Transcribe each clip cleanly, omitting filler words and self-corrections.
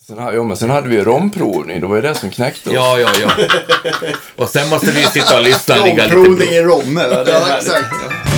Sen hade vi romprovning. Det var ju det som knäckte oss. Ja. Och sen måste vi sitta och lyssna. Romprovning i Romme. Ja, exakt.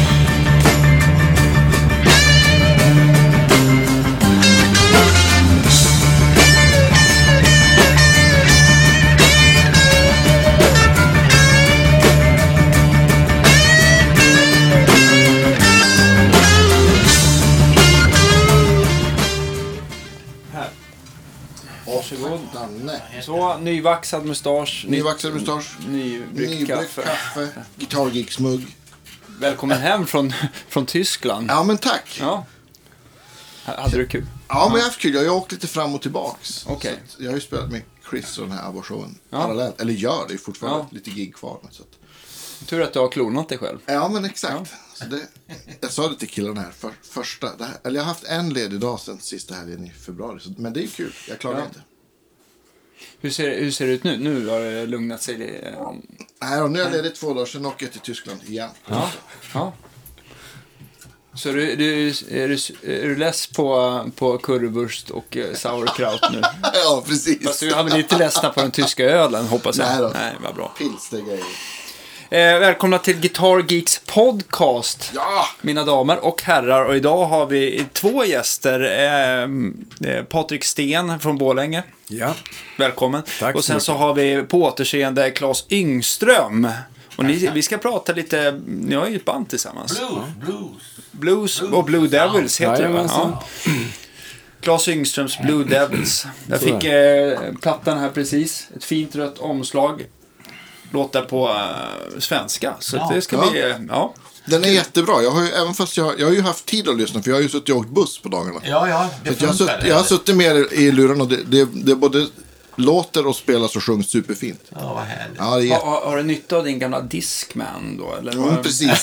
Varsågod. Danne. Så, nyvaxad mustasch. Nyvaxad mustasch. Nybryggt kaffe. Guitar Geeks-mugg. Välkommen hem från Tyskland. Ja, men tack. Ja. Hade du kul? Ja, men jag har haft kul. Jag har åkt lite fram och tillbaks. Okej. Så jag har ju spelat med Chris och den här ABBA-showen. Ja. Parallellt. Eller gör det fortfarande. Ja. Lite gig kvar. Så att... Tur att du har klonat dig själv. Ja, men exakt. Så jag sa det till killarna här. Första, eller jag har haft en ledig dag sen sista helgen i februari. Men det är kul. Jag klarar inte. Hur ser det ut nu? Nu har det lugnat sig. Nej, nu är jag ledig 2 dagar. Sen åker jag till Tyskland igen. Ja. Så är du less på currywurst och sauerkraut nu? Ja, precis. Fast du har väl lite ledsna på den tyska ölen, hoppas jag. Nej, vad bra. Pilstegrejer. Välkomna till Guitar Geeks podcast, mina damer och herrar. Och idag har vi 2 gäster. Patrik Sten från Borlänge. Ja. Välkommen. Tack och sen så så har vi på återseende Claes Yngström. Och vi ska prata lite, ni har ju ett band tillsammans. Blues och Blue Devils heter det, va? Ja. Claes Yngströms Blue Devils. Jag fick plattan här precis. Ett fint rött omslag. Låter på svenska. Så det ska bli... Ja. Den är jättebra. Jag har ju, även fast jag har ju haft tid att lyssna. För jag har ju suttit och åkt buss på dagarna. Ja, det funkar. Jag har suttit med i luren. Och det både låter och spelas och sjungs superfint. Ja, vad härligt. Ja, Har du nytta av din gamla Discman då? Eller? Ja, precis.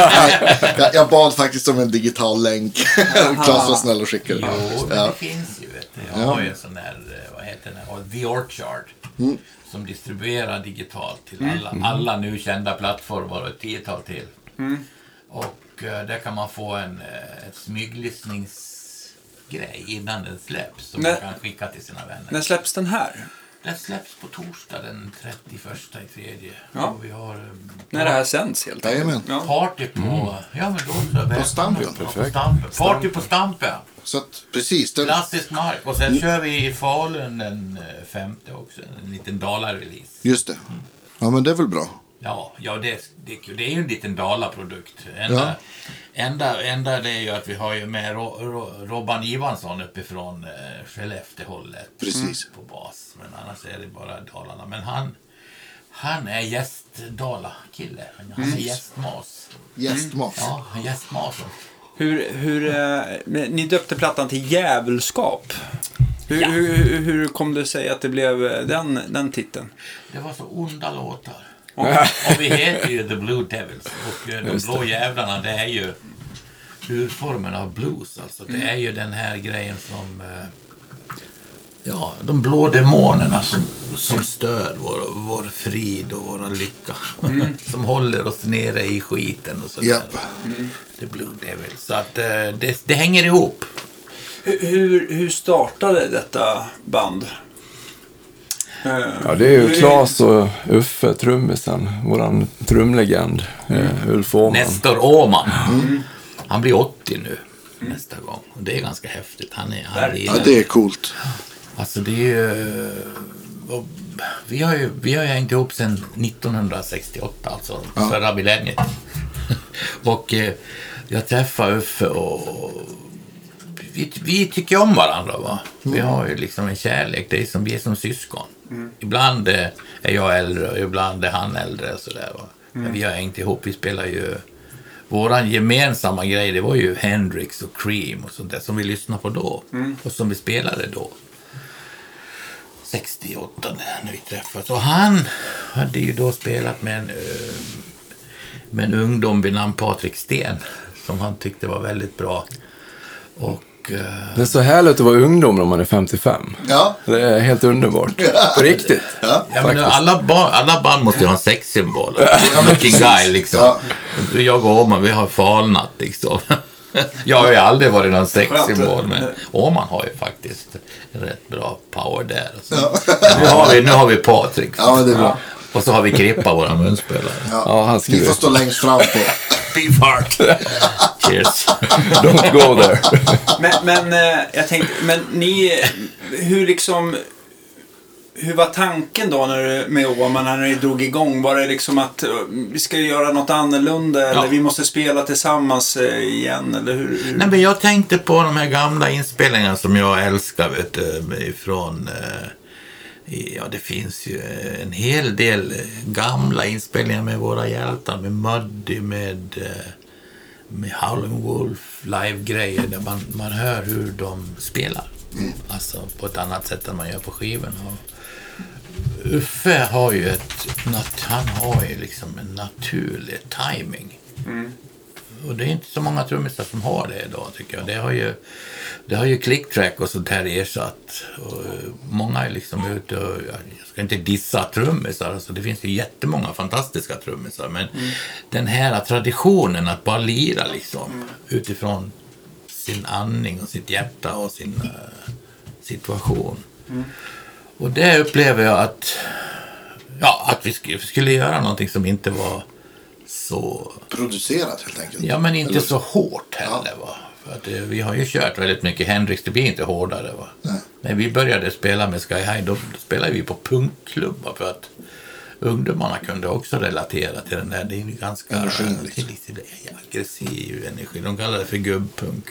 jag bad faktiskt om en digital länk. Claes var snäll och skickade. Jo, men det finns ju. Vet du. Jag har ju en sån här, vad heter den? The Orchard. Som distribuerar digitalt till alla nu kända plattformar och ett 10-tal till. Och där kan man få ett smyglyssningsgrej innan den släpps som man kan skicka till sina vänner. När släpps den här? Den släpps på torsdag den 31/3. Ja. Och vi har När det här sänds helt enkelt. Ja. party på På Stampen. Perfekt. Party på Stampen. Så att, precis. Klassisk mark. Och sen kör vi i Falun den 5:e också. En liten Dala-release. Just det. Ja, men det är väl bra. Ja, det är kul. Det är ju en liten Dala-produkt. Enda det är ju att vi har ju med Robban Ivansson uppifrån Skellefteå-hållet. Precis. På bas. Men annars är det bara Dalarna. Men han är gäst-Dala-kille. Han är gästmas. Gästmas. Ja, han är gästmas. Ni döpte plattan till Djävulskap. Hur kom det sig att det blev den titeln? Det var så onda låtar. Och vi heter ju The Blue Devils. Och de blå jävlarna, det är ju urformen av blues. Alltså. Det är ju den här grejen som... de blå demonerna som stör vår frid och vår lycka. Som håller oss nere i skiten och sådär. Yep. The Blue Devils. Så att det hänger ihop. Hur startade detta band? Ja, det är ju Claes och Uffe, trummisen, våran trumlegend, Ulf Åhman. Nestor Åhman. Han blir 80 nu nästa gång. Och det är ganska häftigt. Ja, det är coolt. Alltså det är ju... Vi har ju hängt ihop sedan 1968, alltså förra millenniet. Och jag träffade Uffe och vi tycker om varandra, va? Vi har ju liksom en kärlek, det är som vi är som syskon. Ibland är jag äldre och ibland är han äldre och sådär, va? Men vi har hängt ihop, vi spelar ju våran gemensamma grej, det var ju Hendrix och Cream och sånt där som vi lyssnade på då och som vi spelade då 68 när vi träffades. Och han hade ju då spelat med en ungdom vid namn Patrik Sten som han tyckte var väldigt bra. Och det är så härligt att vara ungdom när man är 55. Ja. Det är helt underbart. På riktigt. Ja. Men alla band måste ju ha en sexsymbol. Looking guy liksom. Jag och Åhman, vi har falnat liksom. Jag har ju aldrig varit någon sexsymbol, men Åman har ju faktiskt en rätt bra power där. Nu har vi Patrik. Ja, det är bra. Och så har vi Krippa, våra munspelare. Ja, ni får stå längst fram på. Beefheart. Cheers. Don't go there. Men jag tänkte, men ni, hur var tanken då med Åman när ni drog igång? Var det liksom att vi ska göra något annorlunda eller vi måste spela tillsammans igen? Eller hur? Nej, men jag tänkte på de här gamla inspelningarna som jag älskar, vet du, ifrån... det finns ju en hel del gamla inspelningar med våra hjältar, med Muddy, med Howling Wolf, live-grejer där man hör hur de spelar. Alltså på ett annat sätt än man gör på skivorna. Uffe har ju han har ju liksom en naturlig timing. Och det är inte så många trummisar som har det idag, tycker jag. Det har ju click-track och sånt här ersatt. Och många är liksom ute och... Jag ska inte dissa trummisar. Alltså det finns ju jättemånga fantastiska trummisar. Men den här traditionen att bara lira liksom utifrån sin andning och sitt hjärta och sin situation. Och det upplever jag att vi skulle göra någonting som inte var så... Producerat helt enkelt. Ja, men inte så hårt heller, va. För att vi har ju kört väldigt mycket Hendrix, det blir inte hårdare, va. När vi började spela med Sky High, då spelade vi på punkklubbar för att ungdomarna kunde också relatera till den där. Det är ju ganska aggressiv energi. De kallar det för gubbpunk.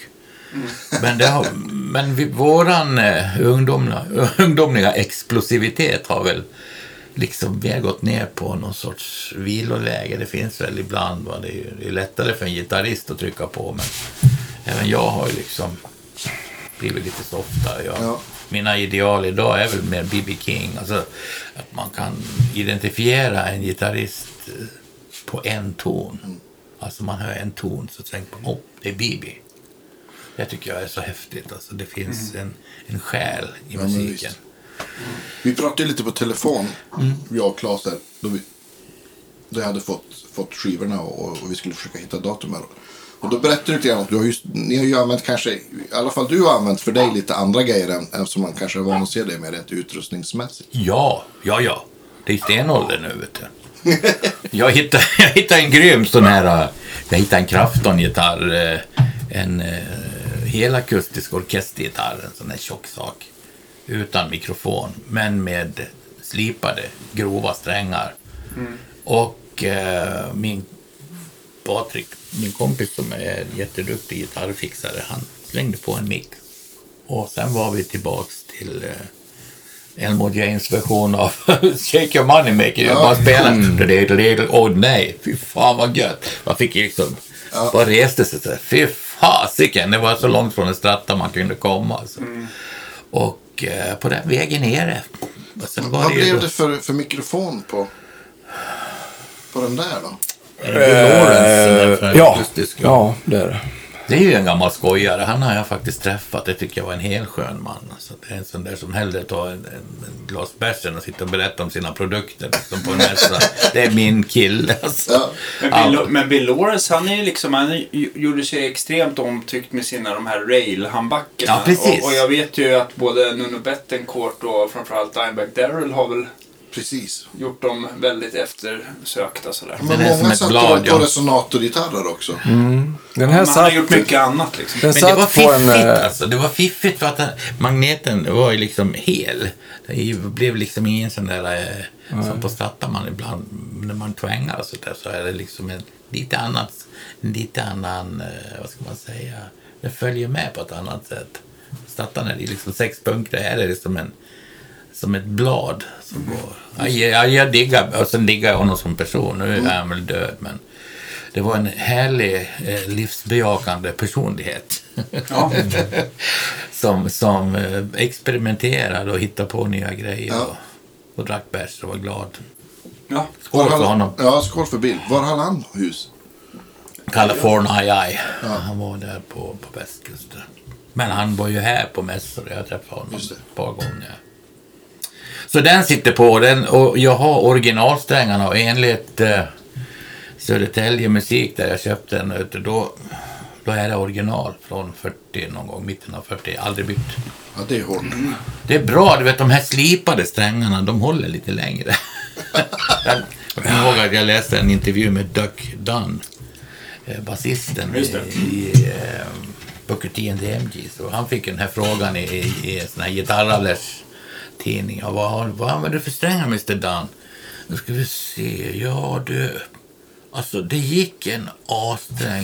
Men våran ungdomliga explosivitet har väl liksom vi har gått ner på någon sorts viloläge. Det finns väl ibland, va? Det är lättare för en gitarrist att trycka på, men även jag har ju liksom blivit lite softare. Mina ideal idag är väl mer B.B. King, alltså att man kan identifiera en gitarrist på en ton. Alltså man hör en ton så tänker man, det är B.B. Det tycker jag är så häftigt. Alltså det finns en själ i musiken. Vi pratade lite på telefon, jag och Claes där, då jag hade fått skivorna och vi skulle försöka hitta datum här. Och då berättade du lite grann att ni har ju använt kanske, i alla fall du har använt för dig lite andra grejer än som man kanske är van att se det med rent utrustningsmässigt. Ja. Det är stenålder nu, vet du. Jag hittade en grym sån här, jag hittade en Crafton-gitarr, en helakustisk orkestergitarr, en sån här tjock sak. Utan mikrofon, men med slipade, grova strängar. Och min Patrik, min kompis som är jätteduktig gitarrfixare, han slängde på en mick. Och sen var vi tillbaks till Elmore James version av Shake Your Money Maker. Jag bara spelade. Nej, fy fan vad gött. Man fick liksom, bara reste sig så. Fy fasiken, det var så långt från en stratta man kunde komma. Alltså. Och på den vägen ner. Vad blev det för mikrofon på den där då? Ja, det är det. Det är ju en gammal skojare. Han har jag faktiskt träffat. Det tycker jag var en helt skön man. Alltså, det är en sån där som hellre tar en glas bärsen och sitter och berättar om sina produkter liksom på en mässa. Det är min kille. Alltså. Men Bill Lawrence, han gjorde sig extremt omtyckt med sina de här rail-handbackerna. Ja, precis. Och jag vet ju att både Nuno Bettencourt och framförallt Dimebag Darrell har väl gjort dem väldigt eftersökta sådär. Men många satt på resonatorgitarrer också. Den här han har gjort mycket annat liksom. Men det var fiffigt alltså. Det var fiffigt för att magneten var ju liksom hel. Det blev liksom ingen sån där som på stratta man ibland när man twängar så där, så är det liksom en lite annan vad ska man säga, det följer med på ett annat sätt. Strattan är liksom 6 punkter, här är det som ett blad som går. Jag diggar, och sen diggar jag honom som person. Nu är han väl död, men det var en härlig livsbejakande personlighet. Ja. som experimenterade och hittade på nya grejer och drack bärs och var glad. Ja. Skål för honom. Ja, skål för Bill. Var har han hus? California. Ja. Han var där på västkusten. Men han var ju här på mässor. Jag träffade honom ett par gånger. Så den sitter på den, och jag har originalsträngarna, och enligt Södertälje musik där jag köpte den, då då är det original från 40 någon gång, mitten av 40, aldrig bytt. Ja, det är hårt. Det är bra, du vet de här slipade strängarna, de håller lite längre. Jag kommer ihåg att jag läste en intervju med Duck Dunn, basisten i Booker T and the MGs, och han fick den här frågan i sån här gitarravlers tidning. Vad använder du för strängar, Mr. Dunn? Nu ska vi se, ja du, alltså det gick en A-sträng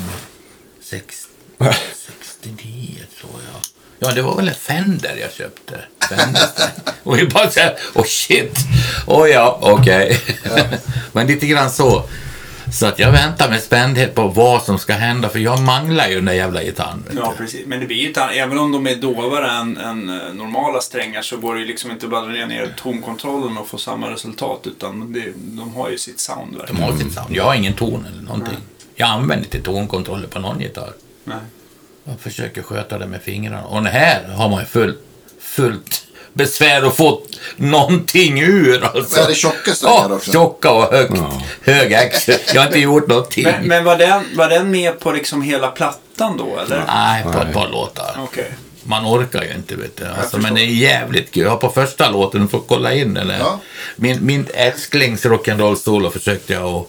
69 tror jag. Ja, det var väl en Fender jag köpte. Och vi bara såhär, shit. Ja, okej. Men lite grann så. Så att jag väntar med spändhet på vad som ska hända. För jag manglar ju den där jävla gitarren. Ja, precis. Men det blir ju även om de är dovare än normala strängar, så går det ju liksom inte bara ner tonkontrollen och få samma resultat. Utan de har ju sitt sound. De har sitt sound. Jag har ingen ton eller någonting. Nej. Jag använder inte tonkontroller på någon gitarr. Nej. Jag försöker sköta det med fingrarna. Och här har man ju fullt besvär att få någonting ur. Alltså. Är det tjocka strängar också? Tjocka och hög axel. Jag har inte gjort någonting. Men var den med på liksom hela plattan då, eller? Nej, på ett par låtar. Okay. Man orkar ju inte, vet du. Alltså, men det är jävligt kul. Jag har på första låten, du får kolla in den. Ja. Min älsklings rock'n'roll solo försökte jag att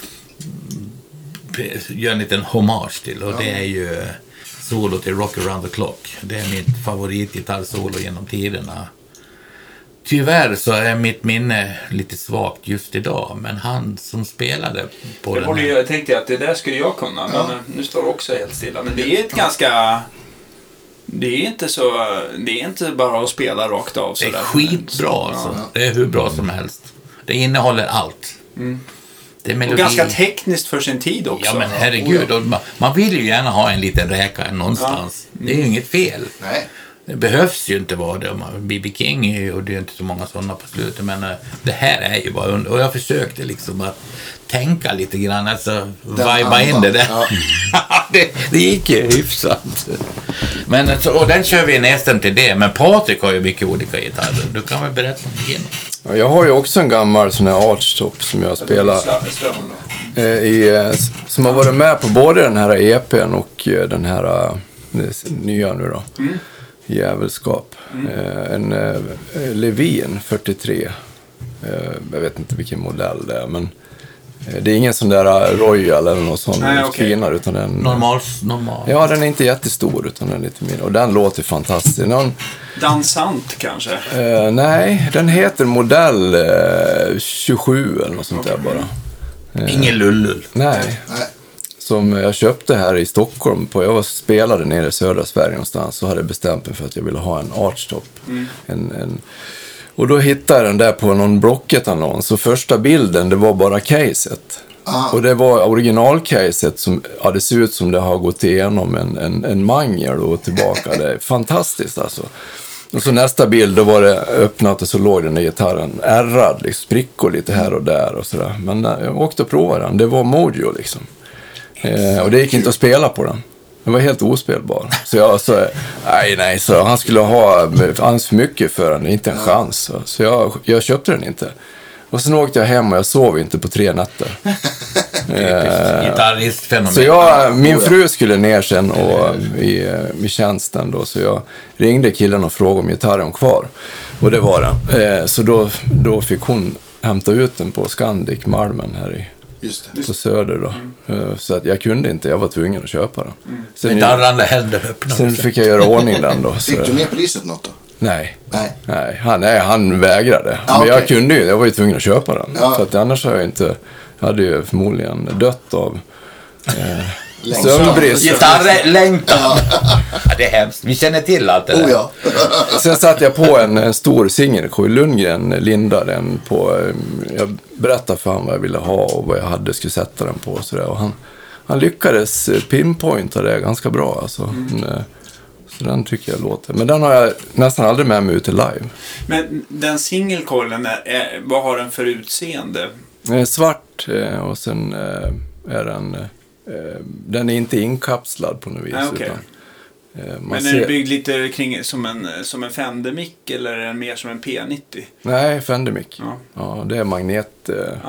göra en liten hommage till. Och det är ju solo till Rock Around the Clock. Det är mitt favoritgitarrsolo genom tiderna. Tyvärr så är mitt minne lite svagt just idag. Men han som spelade på den här... Jag tänkte att det där skulle jag kunna. Men nu står det också helt stilla. Men det är ett ganska... Det är inte bara att spela rakt av. Det är skitbra alltså. Det är hur bra som helst. Det innehåller allt. Det är melodi. Och ganska tekniskt för sin tid också. Ja, men herregud. Man vill ju gärna ha en liten räka någonstans. Det är ju inget fel. Nej. Det behövs ju inte vara det. B.B. King, och det är inte så många sådana på slutet. Men det här är ju bara... Och jag försökte liksom att tänka lite grann. Alltså, viba in det där. Ja. det gick ju hyfsat. Men, och den kör vi nästan till det. Men Patrik har ju mycket olika gitarrer. Du kan väl berätta om det. Ja, jag har ju också en gammal sån här archtop som jag spelar som har varit med på både den här EPn och den här nya nu då. Jävelskap. En Levin 43. Jag vet inte vilken modell det är, men det är ingen sån där Royal eller någon sån finare, utan den normal. Ja, den är inte jättestor, utan den är lite mindre, och den låter fantastisk. Dansant kanske? Nej, den heter modell 27 eller något sånt där bara. Ingen lullull. Nej. Som jag köpte här i Stockholm. Jag spelade nere i södra Sverige någonstans, så hade jag bestämt mig för att jag ville ha en archtop. Och då hittade jag den där på någon Blocket-annons. Så första bilden, det var bara caset. Och det var originalcaset som det ser ut som det har gått igenom en mangel och tillbaka. Det är fantastiskt alltså. Och så nästa bild, då var det öppnat och så låg den i gitarren ärrad, liksom, sprickor lite här och där och sådär. Men jag åkte och provade den, det var Mojo liksom. Och det gick inte att spela på den. Den var helt ospelbar. Så jag sa, nej, så han skulle ha alldeles för mycket för den, inte en chans. Så jag köpte den inte. Och sen åkte jag hem och jag sov inte på 3 nätter. Gitarristfenomen. Så min fru skulle ner sen och i tjänsten då, så jag ringde killen och frågade om gitarren kvar. Och det var den. Så då fick hon hämta ut den på Scandic Malmen här i på Söder då. Så att jag kunde inte, jag var tvungen att köpa den. Sen fick jag göra ordning den då. Fick du ner priset något då? Nej, han vägrade. Men jag kunde ju, jag var ju tvungen att köpa den. För att annars hade jag förmodligen dött av sömnbrist. Gitarrlängtan. Det är hemskt. Vi känner till allt det där. Sen satte jag på en stor singelkoj. Lundgren lindade den på. Jag berättade för honom vad jag ville ha och vad jag skulle sätta den på. Och så där. Och han lyckades pinpointa det ganska bra. Alltså. Så den tycker jag låter. Men den har jag nästan aldrig med mig ut till live. Men den singelkoilen, vad har den för utseende? Svart och sen är den är inte inkapslad på något vis. Okay. Men är den byggd lite kring som en Fender-mick eller är den mer som en P90? Nej, Fender-mick. Ja, det är magnet.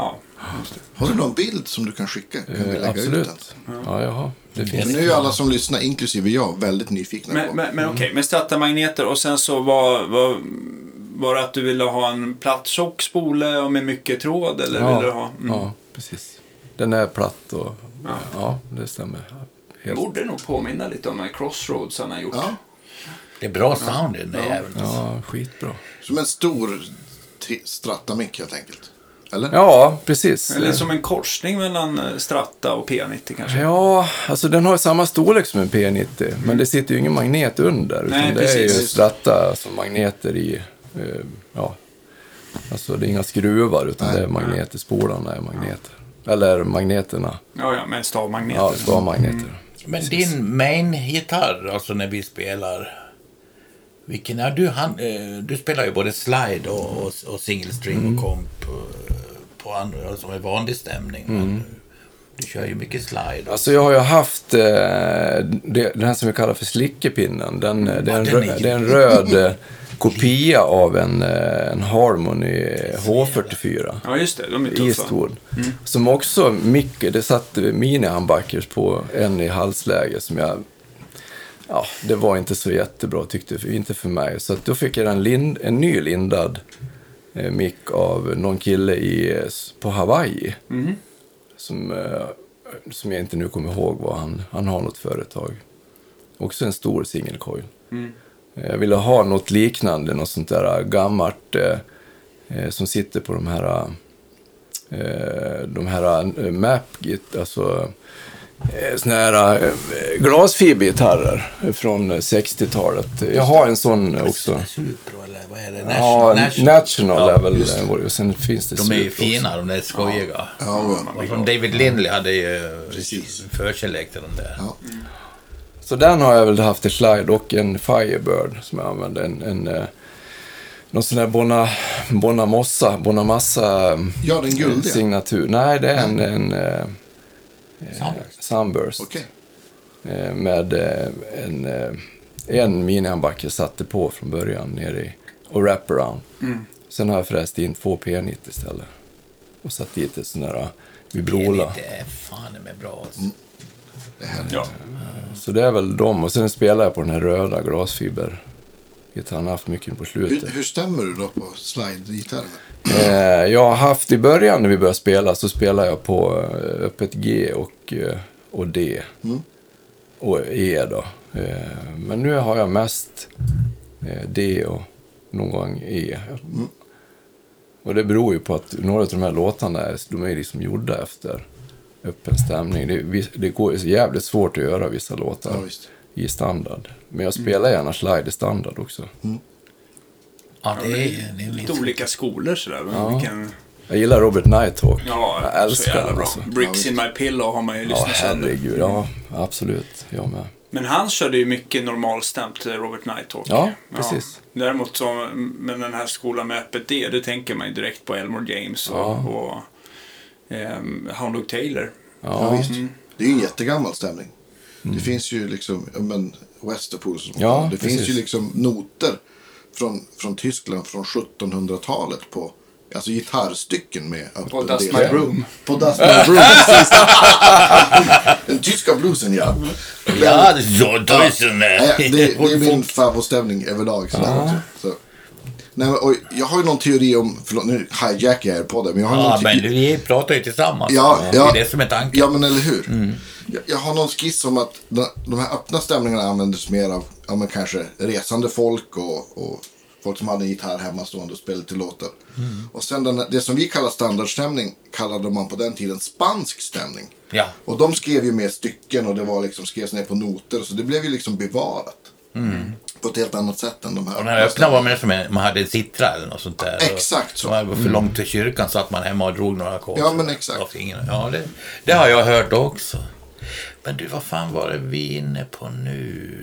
Har du någon bild som du kan skicka? Kan vi lägga Absolut. ut den? Ja, jaha. Det finns. Men nu är ju alla som lyssnar, inklusive jag, väldigt nyfikna på. Men okej, med Strata-magneter och sen så var det att du ville ha en platt tjock spole och med mycket tråd eller Ja, ville du ha? ja, precis. Den är platt och ja det stämmer. Det borde nog påminna lite om Crossroads han har gjort. Ja. Det är bra sound i den där jäveln. Ja, skitbra. Som en stor Strata-mick helt enkelt. Eller? Ja, precis. Eller som en korsning mellan Strata och P90 kanske. Ja, alltså den har samma storlek som en P90. Men det sitter ju ingen magnet under. Utan Nej, det är ju precis. Strata som magneter i. Ja, alltså det är inga skruvar utan det är magneter. Spolarna är magneter. Eller magneterna. Ja, med stavmagneter. Ja, stavmagneter. Men din main-gitarr, alltså när vi spelar, vilken är du spelar ju både slide och single string och komp på andra som är vanlig stämning. Men du kör ju mycket slide. Alltså jag har ju haft den här som vi kallar för slickepinnen. Det är en röd kopia av en Harmony H44. Ja, just det. De är tuffa. Eastwood. Som också mycket, det satt mini-humbuckers på en i halsläge som jag, ja, det var inte så jättebra tyckte inte för mig. Så att då fick jag en ny lindad mick av någon kille på Hawaii. Som jag inte nu kommer ihåg vad han har något företag. Också en stor single coil. Jag ville ha något liknande, något sånt där gammalt som sitter på de här Mapgit, alltså såna här glasfibergitarrer från 60-talet. Jag har en sån också. Supro eller vad är det? National är väl och sen finns det de är ju Supro fina, också. de där skojiga. Ja. Och som David Lindley hade ju Precis. förkärlek till de där. Ja. Så den har jag väl haft i slide och en Firebird som jag använde. Någon sån där Bonamassa Ja, den guldiga. signatur. Nej, det är en Sunburst. Okej. Med en mini-humbucker satte på från början nere i och wraparound. Sen har jag fräst in 2 P90 istället. Och satt dit ett sån där vibrola. Det är fan med bra alltså. Ja. Så det är väl dem. Och sen spelar jag på den här röda glasfiber. Han har haft mycket på slutet. Hur stämmer du då på slide-gitarren? Jag har haft i början när vi började spela så spelar jag på öppet G och D. Och E då. Men nu har jag mest D och någon gång E. Och det beror ju på att några av de här låtarna de är liksom gjorda efter öppen stämning. Det går jävligt svårt att göra vissa låtar i standard. Men jag spelar gärna slide i standard också. Ja, det är lite olika skolor sådär. Ja. Jag gillar Robert Nighthawk. Ja, jag älskar den. Alltså. Bricks in my pillow har man ju lyssnat herregud. Ja, absolut. Jag med. Men han körde ju mycket normalstämt Robert Nighthawk. Ja, precis. Ja. Däremot så med den här skolan med öppet D, det tänker man ju direkt på Elmore James och Hound Dog Taylor. Ja, visst. Det är ju en jättegammal stämning. Det finns ju liksom Westerpool det finns ju liksom noter från Tyskland från 1700-talet på alltså gitarrstycken med på Dust My Broom. På Dust My Broom, precis. Den tyska bluesen, ja. Ja, det är min favoritstämning överlag. Så. Nej, och jag har ju någon teori om, förlåt, nu hijackar jag er på det, men jag har men vi pratar ju tillsammans. Ja, det är det som är tanken. Ja, men eller hur? Jag har någon skiss om att de här öppna stämningarna användes mer av men kanske resande folk och folk som hade en gitarr hemma stående och spelade till låtar. Och sen det som vi kallar standardstämning kallade man på den tiden spansk stämning. Ja. Och de skrev ju med stycken och det var liksom skrevs ner på noter, så det blev ju liksom bevarat. På ett helt annat sätt än de här. Och den här öppna var mer som man hade en sittra eller något sånt där. Exakt så. Man var för långt till kyrkan så att man hemma och drog några ackord. Ja, men exakt. Ja, det har jag hört också. Men du, vad fan var det vi inne på nu?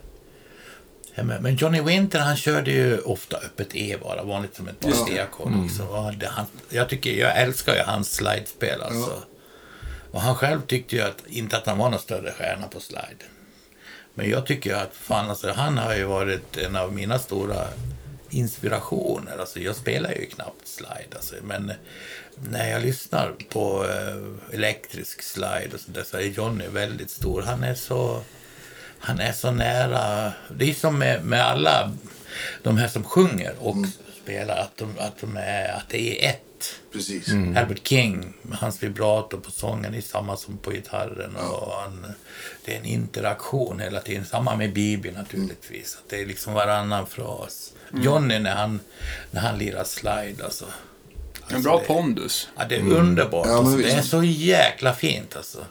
Men Johnny Winter, han körde ju ofta öppet E bara, vanligt som ett D-ackord också. Jag älskar ju hans slidespel alltså. Och han själv tyckte ju inte att han var någon större stjärna på slide. Men jag tycker att fan, alltså, han har ju varit en av mina stora inspirationer. Alltså jag spelar ju knappt slide. Alltså, men när jag lyssnar på elektrisk slide och sånt där, så är Johnny väldigt stor. Han är så nära. Det är som med alla de här som sjunger och spelar, att det är ett. Precis. Herbert King, hans vibrato på sången är samma som på gitarren. Och det är en interaktion hela tiden. Samma med Bibi naturligtvis. Att det är liksom varannan fras. Johnny när han lirar slide, alltså. En bra pondus. Ja, det är underbart. Ja, alltså. Det är så jäkla fint, alltså.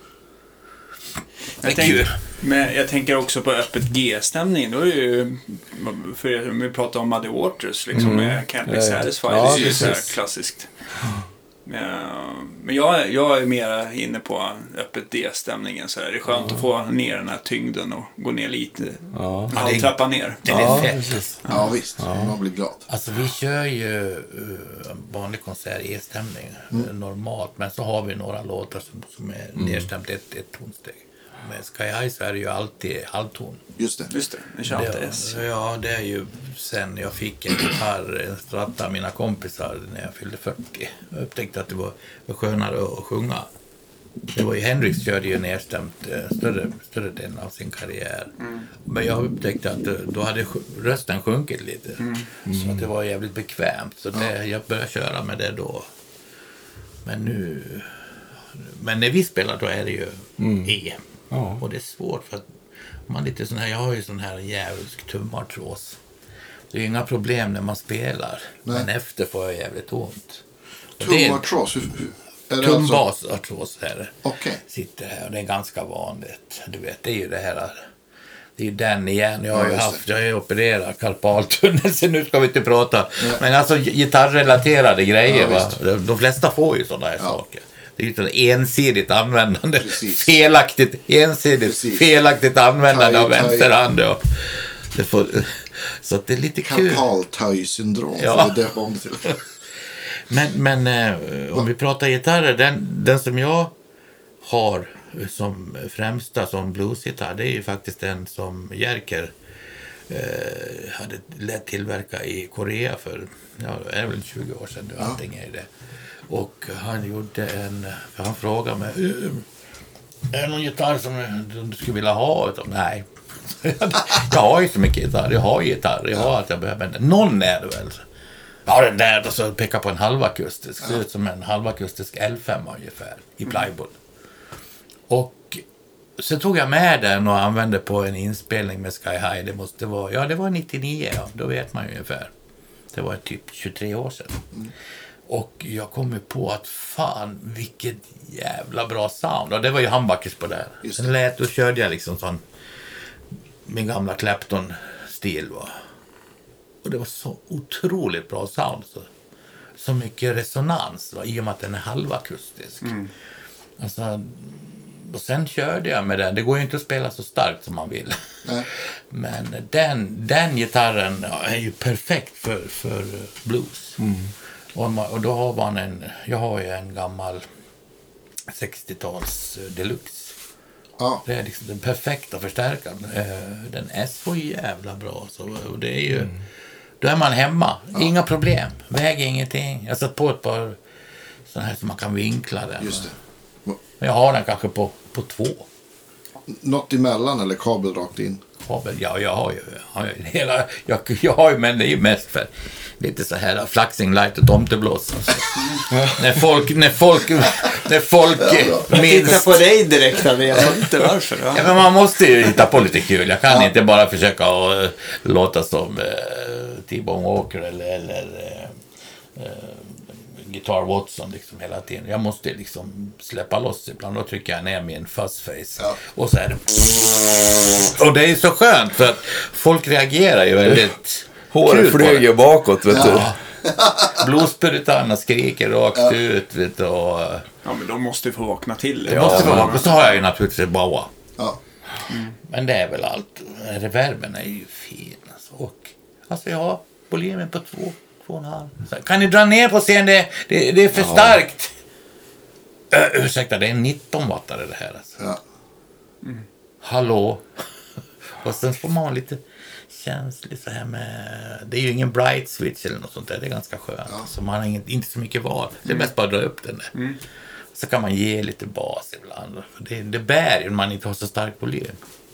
Jag tänker också på öppet G-stämning. Då är ju, för vi pratar om Muddy Waters liksom, med Can't Be Satisfied. Ja, det är ju så här klassiskt. Men jag är mer inne på öppet D-stämningen. Så här. Det är skönt att få ner den här tyngden och gå ner lite. Trappa ner. Det är fett. Ja, visst. Man blir glad. Alltså vi kör ju vanlig konsert E-stämning normalt. Men så har vi några låtar som är nedstämt ett tonsteg. Med Sky High så är det ju alltid halvton. Just det. Det kör alltid S. Ja, det är ju sen jag fick en gitarr, en Strata, mina kompisar när jag fyllde 40. Jag upptäckte att det var skönare att sjunga. Det var ju Hendrix körde ju nedstämt större delen av sin karriär. Men jag upptäckte att då hade rösten sjunkit lite. Så att det var jävligt bekvämt. Så jag började köra med det då. Men när vi spelar då är det ju E. Ja. Och det är svårt för att man lite sån här, jag har ju sån här jävligt tummartrås. Det är ju inga problem när man spelar. Nej. Men efter får jag jävligt ont. Tummartrås? Tumbasartrås här. Okay. Sitter här och det är ganska vanligt. Du vet, det är ju det här. Det är ju den igen. Jag har ju opererat karpaltunnel, så nu ska vi inte prata. Ja. Men alltså gitarrrelaterade grejer, va? De flesta får ju sådana här saker. Det är ju ett ensidigt användande. Felaktigt användande av vänsterhand. Så att det är lite kul. Karpaltöj-syndrom. Ja. Men om vi pratar gitarrer, den som jag har som främsta som bluesgitarr, det är ju faktiskt den som Jerker hade lätt tillverka i Korea för, det är väl 20 år sedan nu, allting är det. Och han gjorde för han frågade mig, är det någon gitarr som du skulle vilja ha? Nej. Jag har ju så mycket gitarr, jag har att jag behöver den. Någon är det väl. Ja, den där, då så pekar på en halvakustisk. Ser ut som en halvakustisk L5 ungefär i plywood. Och så tog jag med den och använde på en inspelning med Sky High. Det var 99, då vet man ju ungefär. Det var typ 23 år sedan. Och jag kom ju på att fan, vilket jävla bra sound. Och det var ju Humbuckers på där. Sen lät och körde jag liksom sån min gamla Clapton-stil, va. Och det var så otroligt bra sound. Så mycket resonans, va, i och med att den är halvakustisk. Alltså, och sen körde jag med den. Det går ju inte att spela så starkt som man vill. Men den gitarren är ju perfekt för blues. Och då har man jag har ju en gammal 60-tals deluxe. Det är liksom den perfekta förstärkaren. Den är så jävla bra. Och det är ju, då är man hemma. Inga problem. Väger ingenting. Jag satt på ett par sådana här som man kan vinkla den. Just det. Men jag har den kanske på 2. Något emellan eller kabel rakt in? Kabel, ja, jag har ju, men det är ju mest för lite så här flaxing light och tomteblås. När folk minst... Titta på dig direkt, jag vet inte varför. Ja, men man måste ju hitta på lite kul. Jag kan inte bara försöka låta som T-Bone Walker eller Guitar Watson liksom hela tiden. Jag måste liksom släppa loss ibland. Då trycker jag ner min fuzzface. Och så är det... Och det är så skönt för att folk reagerar ju väldigt... Håret flyger bakåt, vet du. Bluespuritarna skriker rakt ut, vet du. Och... Ja, men de måste få vakna till. Och så har jag ju naturligtvis Bawa. Men det är väl allt. Reverben är ju fin. Alltså. Och alltså volymen på 2,5. Kan ni dra ner på scen? Det är för starkt. Ursäkta, det är 19-wattare det här. Alltså. Hallå. Och sen får man lite känns lite så här med... Det är ju ingen bright switch eller något sånt där. Det är ganska skönt. Ja. Så man har inte så mycket val. Det är bäst bara att dra upp den där. Så kan man ge lite bas ibland. För det bär ju när man inte har så stark volym.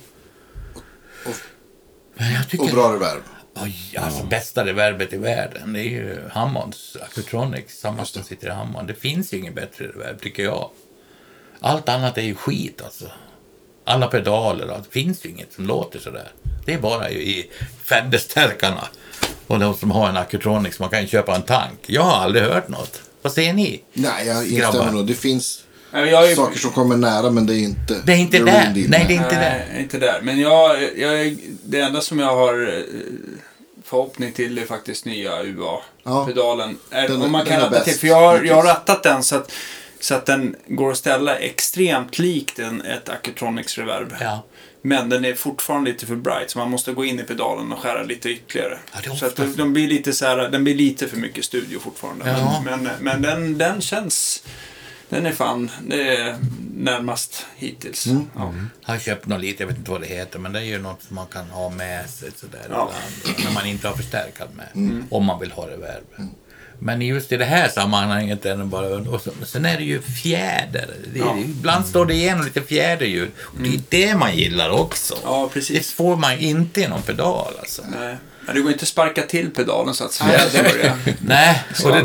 Och bra reverb. Alltså bästa reverbet i världen. Det är ju Hammonds Acoutronics. Samma som sitter i Hammond. Det finns ju ingen bättre reverb tycker jag. Allt annat är ju skit alltså. Alla pedaler, det finns ju inget som låter sådär. Det är bara i Fender-stärkarna. Och de som har en Acoutronics, man kan ju köpa en tank. Jag har aldrig hört något. Vad säger ni? Nej, jag instämmer nog. Det finns saker som kommer nära, men det är inte... Det är inte där. Nej, det är inte där. Inte där. Men det enda som jag har förhoppning till är faktiskt nya UA-pedalen. Om man kan ratta till. För jag har rattat den så att den går att ställa extremt likt ett Acoutronics reverb. Ja. Men den är fortfarande lite för bright, så man måste gå in i pedalen och skära lite ytterligare. Ja, så att den blir lite så här, den blir lite för mycket studio fortfarande. Ja. Men den känns, den är fan, det är närmast hittills. Ja. Jag har köpt något lite, jag vet inte vad det heter, men det är ju något som man kan ha med sig sådär ibland, när man inte har förstärkat med, om man vill ha reverb. Men just i det här sammanhanget är det bara... Och sen är det ju fjäder. Ibland står det igenom lite fjäderljud. Och det är det man gillar också. Ja, precis. Det får man inte i någon pedal alltså. Nej. Men det går inte att sparka till pedalen så att fjäder börjar... Nej,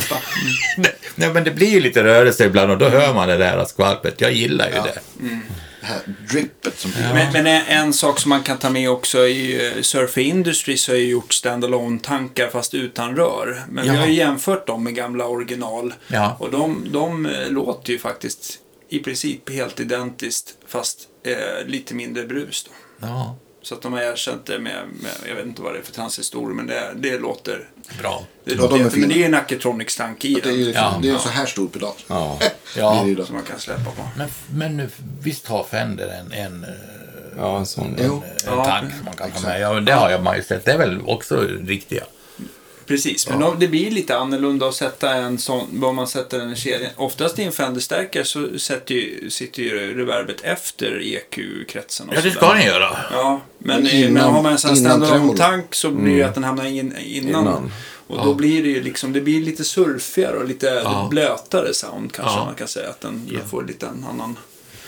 nej, men det blir ju lite rörelse ibland och då hör man det där skvalpet. Jag gillar ju det. Det här drippet som men en sak som man kan ta med också i Surf Industry, så har ju gjort standalone-tankar fast utan rör. Men vi har ju jämfört dem med gamla original. Ja. Och de låter ju faktiskt i princip helt identiskt, fast lite mindre brus då. Ja. Så att de har erkänt det med jag vet inte vad det är för transistor, men det låter bra. Men det är en Acoutronics-tank i den. Det är en så här stor pedal. Ja. Som man kan släppa på. Men visst har Fender en sån tank som man kan ta med. Ja, det har man ju sett. Det är väl också riktiga. Precis, men det blir lite annorlunda att sätta en sån, vad man sätter den i kedjan. Oftast i en Fender-stärkare så sitter ju reverbet efter EQ-kretsen. Ja, det ska den göra. Ja, men har man en sån standalone-tank så blir det att den hamnar innan. Och då blir det ju liksom, det blir lite surfigare och lite blötare sound kanske man kan säga. Att den får lite en annan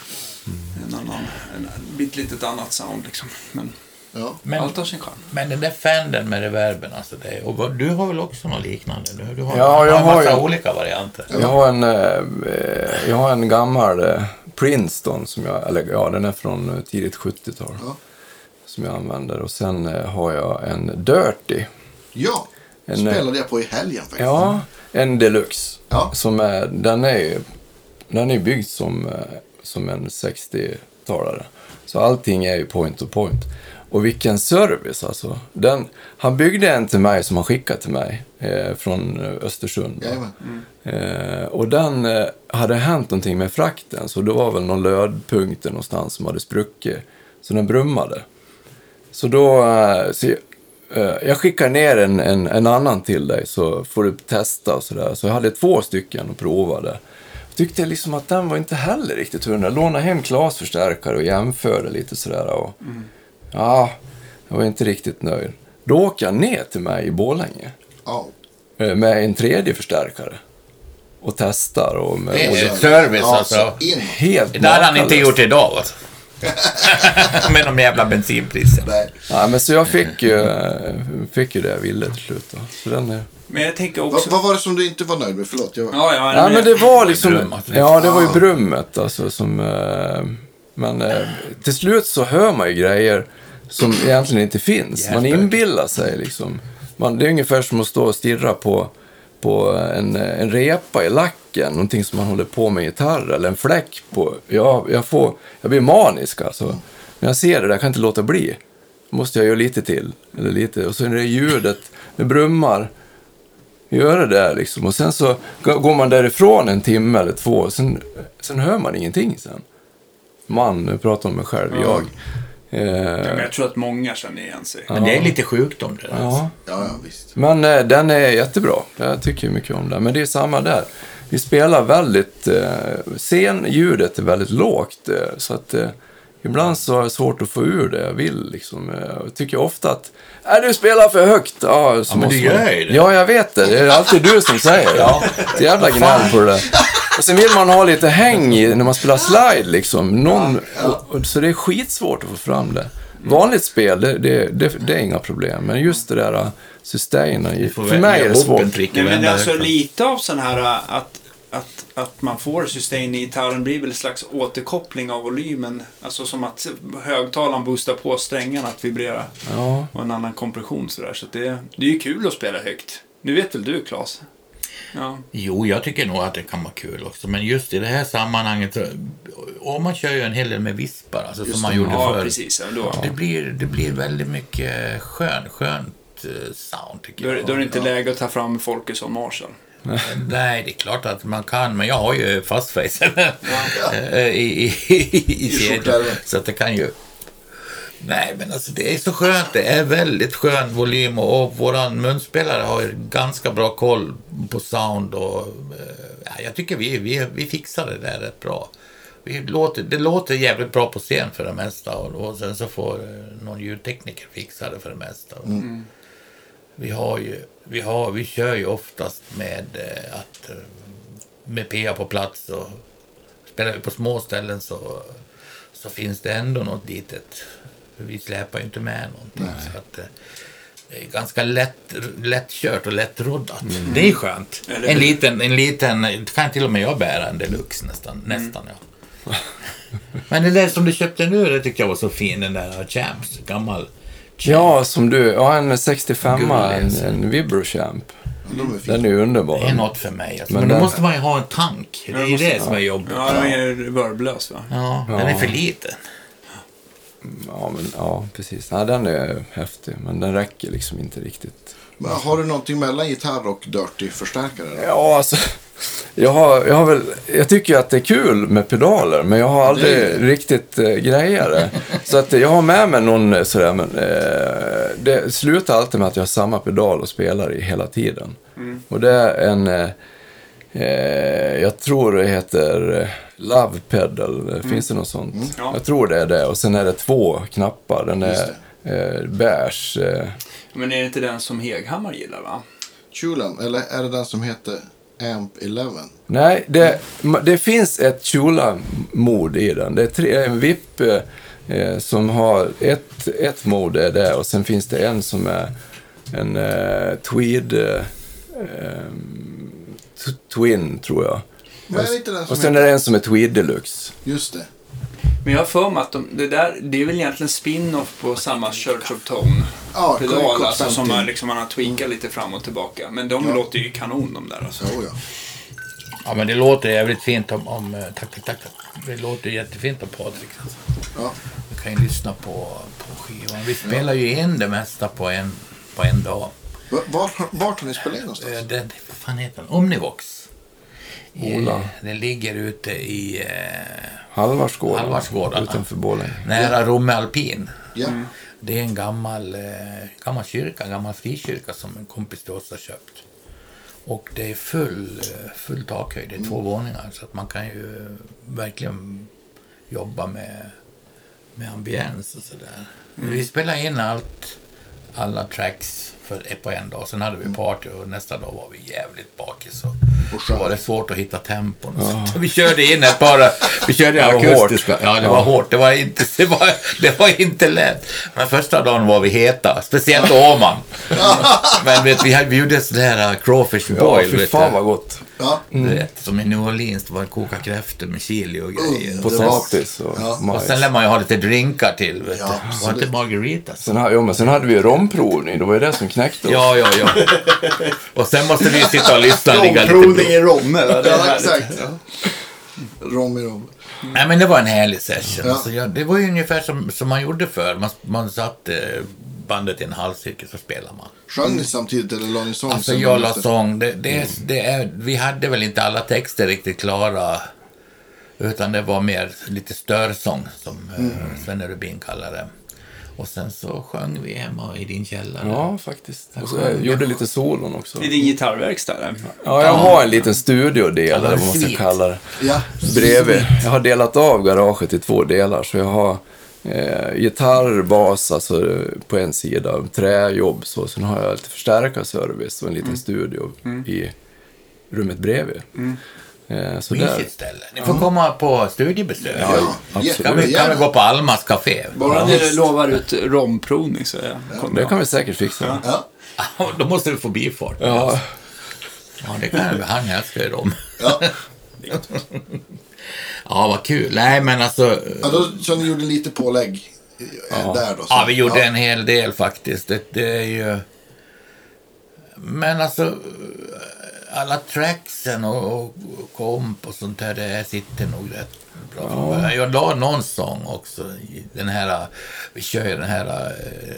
litet annat sound liksom. Men allt har sin charm. Men den där Fendern med reverben, alltså det, och du har väl också något liknande? Du har jag har massa olika varianter. Jag har en gammal Princeton som den är från tidigt 70-tal som jag använder, och sen har jag en Dirty. Ja, spelade jag på i helgen faktiskt. Ja, en Deluxe. Ja. Den är byggd som en 60-talare. Så allting är ju point to point. Och vilken service alltså. Han byggde en till mig som han skickade till mig från Östersund. Och den hade hänt någonting med frakten. Så det var väl någon lödpunkter någonstans som hade spruckit. Så den brummade. Så då... jag skickar ner en annan till dig så får du testa och sådär. Så jag hade 2 stycken och provade. Tyckte liksom att den var inte heller riktigt 100. Låna hem Claes-förstärkare och jämförde lite sådär. Och, jag var inte riktigt nöjd. Då åker jag ner till mig i Borlänge. Med en 3D förstärkare. Och testar. Och med service alltså. Helt det hade han inte gjort idag alltså. Med de jävla bensinpriser. Nej, men så jag fick ju det jag ville till slut då. Så den är... Men jag tänker också... Vad var det som du inte var nöjd med? Förlåt. Ja, men det var liksom... det var ju brummet alltså som... men till slut så hör man ju grejer som egentligen inte finns. Man inbillar sig liksom. Det är ungefär som att stå och stirra på en repa i lacken, någonting som man håller på med gitarr, eller en fläck på. Jag blir manisk alltså. När jag ser det där kan jag inte låta bli. Måste jag göra lite till. Eller lite. Och så är det ljudet, det brummar. Gör det där liksom. Och sen så går man därifrån en timme eller 2. Sen hör man ingenting sen. Nu pratar om mig själv, jag. Jag tror att många känner igen sig. Men det är lite sjukdom det. Ja, visst. Men den är jättebra. Jag tycker mycket om den. Men det är samma där. Vi spelar väldigt... ljudet är väldigt lågt. Så att ibland så är det svårt att få ur det jag vill. Liksom. Jag tycker ofta att du spelar för högt. Ja, så men du gör ju det. Ja, jag vet det. Det är alltid du som säger det. Ja. Det är jävla gnäll på det. Och sen vill man ha lite häng i när man spelar slide. Liksom. Så det är skitsvårt att få fram det. Vanligt spel, det är inga problem. Men just det där sustain, för mig är det svårt. Nej, men det är alltså lite av sån här att man får sustain i gitarren blir väl en slags återkoppling av volymen. Alltså som att högtalaren boostar på strängarna att vibrera. Ja. Och en annan kompression sådär. Så det är ju kul att spela högt. Nu vet väl du, Claes? Ja. Jo, jag tycker nog att det kan vara kul också. Men just i det här sammanhanget, om man kör ju en hel del med vispar, alltså som man gjorde förr. Precis, då. Det blir väldigt mycket skönt sound, tycker jag. Då är det inte läge att ta fram Folkesson Marshall. Nej, det är klart att man kan, men jag har ju fastface i serien, så att det kan ju... Nej, men alltså det är så skönt. Det är väldigt skön volym och våran munspelare har ju ganska bra koll på sound och jag tycker vi fixar det där rätt bra. Det låter jävligt bra på scen för det mesta och sen så får någon ljudtekniker fixa det för det mesta. Vi kör ju oftast med PA på plats och spelar vi på små ställen så finns det ändå något litet. Vi släpar ju inte med någonting. Så att det är ganska lättkört och lättroddat. Det är skönt. En liten kan till och med jag bära en deluxe nästan ja. Men det där som du köpte nu, det tycker jag var så fin, den där Champs, gammal Champ. Ja, som du, en 65, en Vibro-Champ. Den är underbar. Det är något för mig. Alltså. Men då måste man ju ha en tank. Det är ju det som är jobbigt. Ja, den är reverblös, va? Ja, den är för liten. Ja, precis. Ja, den är häftig, men den räcker liksom inte riktigt. Men har du någonting mellan gitarr och dirty-förstärkare? Ja, alltså... Jag tycker att det är kul med pedaler, men jag har aldrig riktigt grejer det. Så att jag har med mig någon sådär, men det slutar alltid med att jag har samma pedal och spelar i hela tiden. Och det är en... jag tror det heter Love Pedal. Finns det något sånt? Ja. Jag tror det är det. Och sen är det 2 knappar. Den är beige. Men är det inte den som Heghammar gillar, va? Chulan, eller är det den som heter Amp 11? Nej, det finns ett Chula-mod i den. Det är en VIP som har ett mod är det. Och sen finns det en som är en Tweed... Twin, tror jag. Och sen är det en som är Tweed Deluxe. Just det. Men jag har för mig att det är väl egentligen spin-off på samma Church of Tone pedal, alltså, som man har tweakat lite fram och tillbaka. Men de låter ju kanon, de där. Alltså. Ja, men det låter jävligt fint om tack. Det låter jättefint om Patrik. Alltså. Ja. Vi kan ju lyssna på skivan. Vi spelar ju in det mesta på en dag. Vart har ni spelat någonstans? Vad fan heter den? Omnivox. Ola. Den ligger ute i Halvarsgården utanför Borlänge. nära Romme Alpin. Ja. Det är en gammal kyrka, en gammal frikyrka som en kompis till oss har köpt. Och det är full takhöjd, det är 2 våningar, så att man kan ju verkligen jobba med ambiens och sådär. Vi spelar in alla tracks på en dag. Sen hade vi party och nästa dag var vi jävligt bakis. Och då var det svårt att hitta tempon. Ja. Så vi körde in vi körde akustiska. Ja, det var hårt. Det var inte lätt. Men första dagen var vi heta. Speciellt Åman. Men vi gjorde sådär crawfish boil. Ja, för fan vad gott. Ja. Som i New Orleans, det var koka kräftor med chili och grejer. Potatis och och sen lär man ju ha lite drinkar till. Vet Ja, du. Var inte margaritas? Sen hade vi romprovning. Det var ju det som knäckte oss. Ja. Och sen måste vi sitta och lyssna. Romprovning i Romme. Ja, exakt. Rom i Rom. Nej, men det var en härlig session. Ja. Alltså, det var ju ungefär som man gjorde förr. Man satte bandet i en halvcirkel, så spelar man. Sjöng ni samtidigt eller la ni sång? Alltså jag la sång. Vi hade väl inte alla texter riktigt klara. Utan det var mer lite störsång, som Sven Rubin kallar det. Och sen så sjöng vi hemma i din källare. Ja, faktiskt. Och så jag gjorde lite solon också. I din gitarrverkstad? Ja, jag har en liten studiodel, eller vad man ska kalla det. Ja. Bredvid. Jag har delat av garaget i 2 delar, så jag har gitarr, bas alltså på en sida, träjobb så. Sen har jag lite förstärkarservice och en liten studio i rummet bredvid. Så Mysigt ställe. Ni får komma på studiebesök. Ja, absolut. Kan vi gå på Almas café? Bara ni lovar ut romprovning så Det kan vi säkert fixa. Ja. Då måste du få bifart. Ja. Ja, det kan vi. Han älskar ju dem. Ja. Ja, vad kul. Nej, men alltså... Så ni gjorde lite pålägg där då? Så. Ja, vi gjorde en hel del faktiskt. Det är ju... Men alltså... Alla tracksen och komp och sånt där, det sitter nog rätt bra. Ja. Jag la någon sång också. Den här... Vi kör ju den här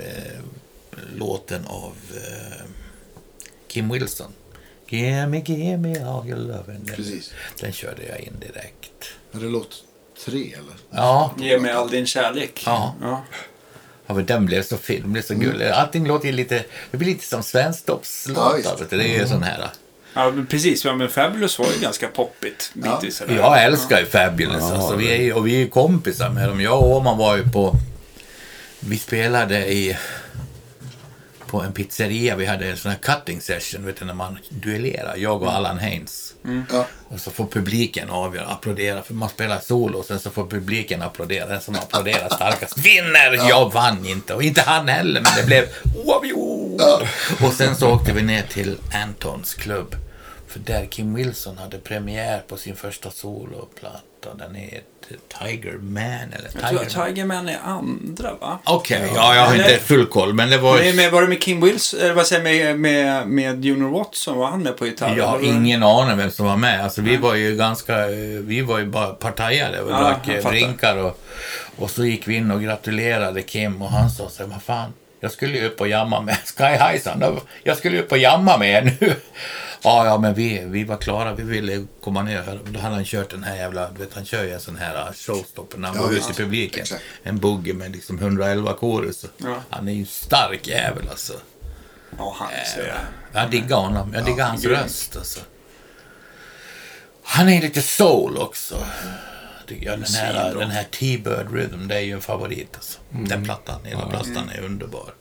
låten av Kim Wilson. Give me all your love. Precis. Den körde jag in direkt. Är det låt 3 eller? Ja. Ge mig all din kärlek. Ja. Ja, men den blev så fin, den blev så gullig. Allting låter ju lite, det blir lite som Svensktoppslåtar, vet du. Det är ju sån här. Ja, precis. Men Fabulous var ju ganska poppigt. Ja. Jag älskar ju Fabulous. Alltså, vi är ju kompisar med dem. Jag och Åman var ju vi spelade på en pizzeria. Vi hade en sån här cutting session, vet du, när man duellerar. Jag och Allan Haynes. Ja. Och så får publiken applådera, för man spelar solo, och sen så får publiken applådera. Den som applåderar starkast vinner. Jag vann inte, och inte han heller, men det blev oavgjort. Och sen så åkte vi ner till Antons klubb, för där Kim Wilson hade premiär på sin första soloplatta. Den heter Tiger Man eller Tiger. Jag tror Tiger Man är andra, va? Okej, ja, jag har inte full koll, men det var... Var det med Kim Wilson, eller vad säger med Junior Watson, var han med på gitarr? Jag har ingen aning vem som var med. Alltså vi var ju bara partajare och drack drinkar och så gick vi in och gratulerade Kim, och han sa så här: vad fan, jag skulle ju upp och jamma med Sky High, jag skulle ju upp och jamma med nu. Ja, men vi var klara, vi ville komma ner här. Då hade han kört den här jävla, du vet, han kör ju en sån här showstopper när han går ut i publiken. Exakt. En bugge med liksom 111 chorus. Han är ju stark jävel alltså. Ja, han säger jag diggar honom, jag diggar hans röst alltså. Han är lite soul också. Den här T-Bird Rhythm, det är ju en favorit alltså. Den plattan, hela plattan är underbar.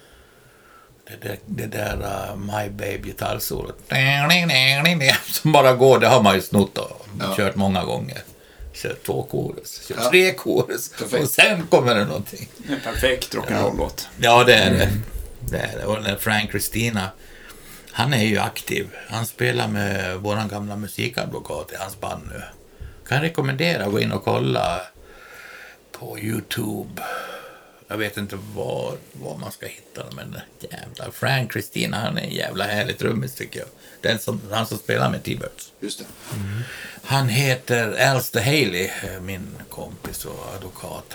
Det där My Babe gitarrsolot som bara går, det har man ju snott och kört många gånger. Kört 2 chorus, kört 3 chorus. Perfekt. Och sen kommer det någonting. En perfekt rock'n'roll-låt. Ja, det är det. Det är det. Och Frank Christina, han är ju aktiv. Han spelar med våran gamla musikadvokat i hans band nu. Kan rekommendera att gå in och kolla på YouTube. Jag vet inte var man ska hitta dem, men jävla Frank Christina, han är en jävla härlig trummis tycker jag. Han som spelar med T-Birds. Just det. Han heter Alistair Haley, min kompis och advokat.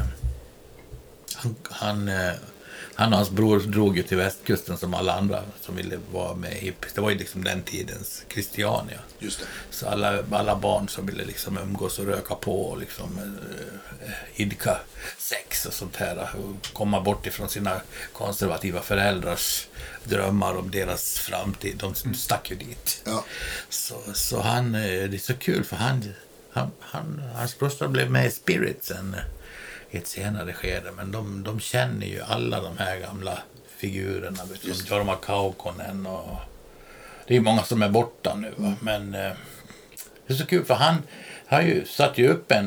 Han och hans bror drog ju till västkusten som alla andra som ville vara med hippies. Det var ju liksom den tidens Christiania. Just det. Så alla barn som ville liksom umgås och röka på och liksom idka sex och sånt här och komma bort ifrån sina konservativa föräldrars drömmar om deras framtid. De stack ju dit. Ja. Så han, det är så kul för hans brorsa blev med i Spirit sen i ett senare skede, men de känner ju alla de här gamla figurerna, som Jorma Kaukonen, och det är många som är borta nu, va? Men det är så kul för han har ju satt ju upp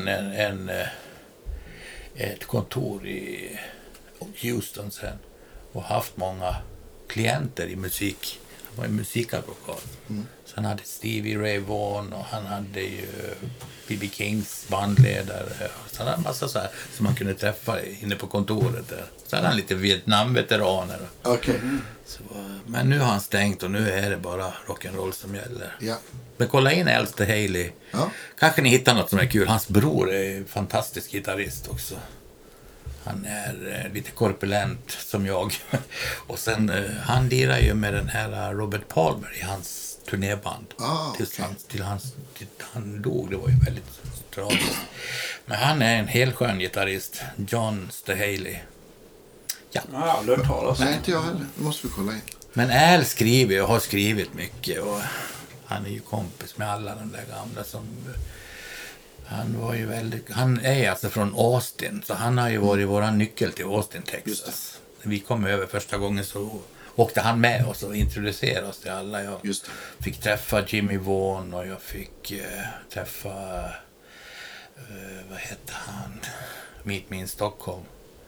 ett kontor i Houston sen och haft många klienter i musik. Han var ju musikadvokat. Så han hade Stevie Ray Vaughan och han hade ju B.B. Kings bandledare. Så han hade en massa så här som man kunde träffa inne på kontoret där. Så hade han lite Vietnam-veteraner. Okej. Men nu har han stängt och nu är det bara rock'n'roll som gäller. Ja. Men kolla in Alistair Haley. Ja. Kanske ni hittar något som är kul. Hans bror är en fantastisk gitarrist också. Han är lite korpulent som jag. Och sen, han lirar ju med den här Robert Palmer i hans turnéband. Till han dog. Det var ju väldigt tragiskt. Men han är en helskön gitarrist. John Stahaley. Ja. Ja, aldrig hört talas. Nej, inte jag heller. Det måste vi kolla in. Men Al skriver och har skrivit mycket. Och han är ju kompis med alla de där gamla som Han var ju han är alltså från Austin, så han har ju varit våran nyckel till Austin, Texas. När vi kom över första gången så åkte han med oss och introducerade oss till alla. Jag fick träffa Jimmy Vaughan och jag fick träffa vad hette han? Meet Me in Stockholm.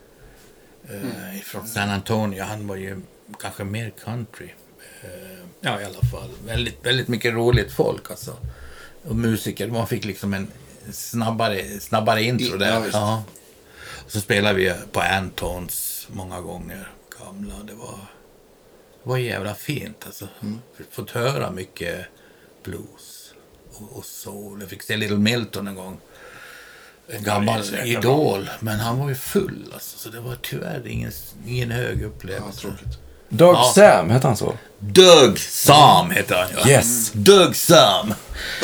Från San Antonio. Han var ju kanske mer country. Ja, i alla fall. Väldigt, väldigt mycket roligt folk alltså. Och musiker. Man fick liksom en snabbare intro där. Ja. Och så spelade vi på Antons många gånger. Gamla. Det var jävla fint alltså. Fått höra mycket blues och soul. Jag fick se Little Milton en gång. En gammal idol. Men han var ju full alltså. Så det var tyvärr ingen hög upplevelse. Doug Sam, heter han så? Doug Sam heter han, ja. Yes. Doug Sam.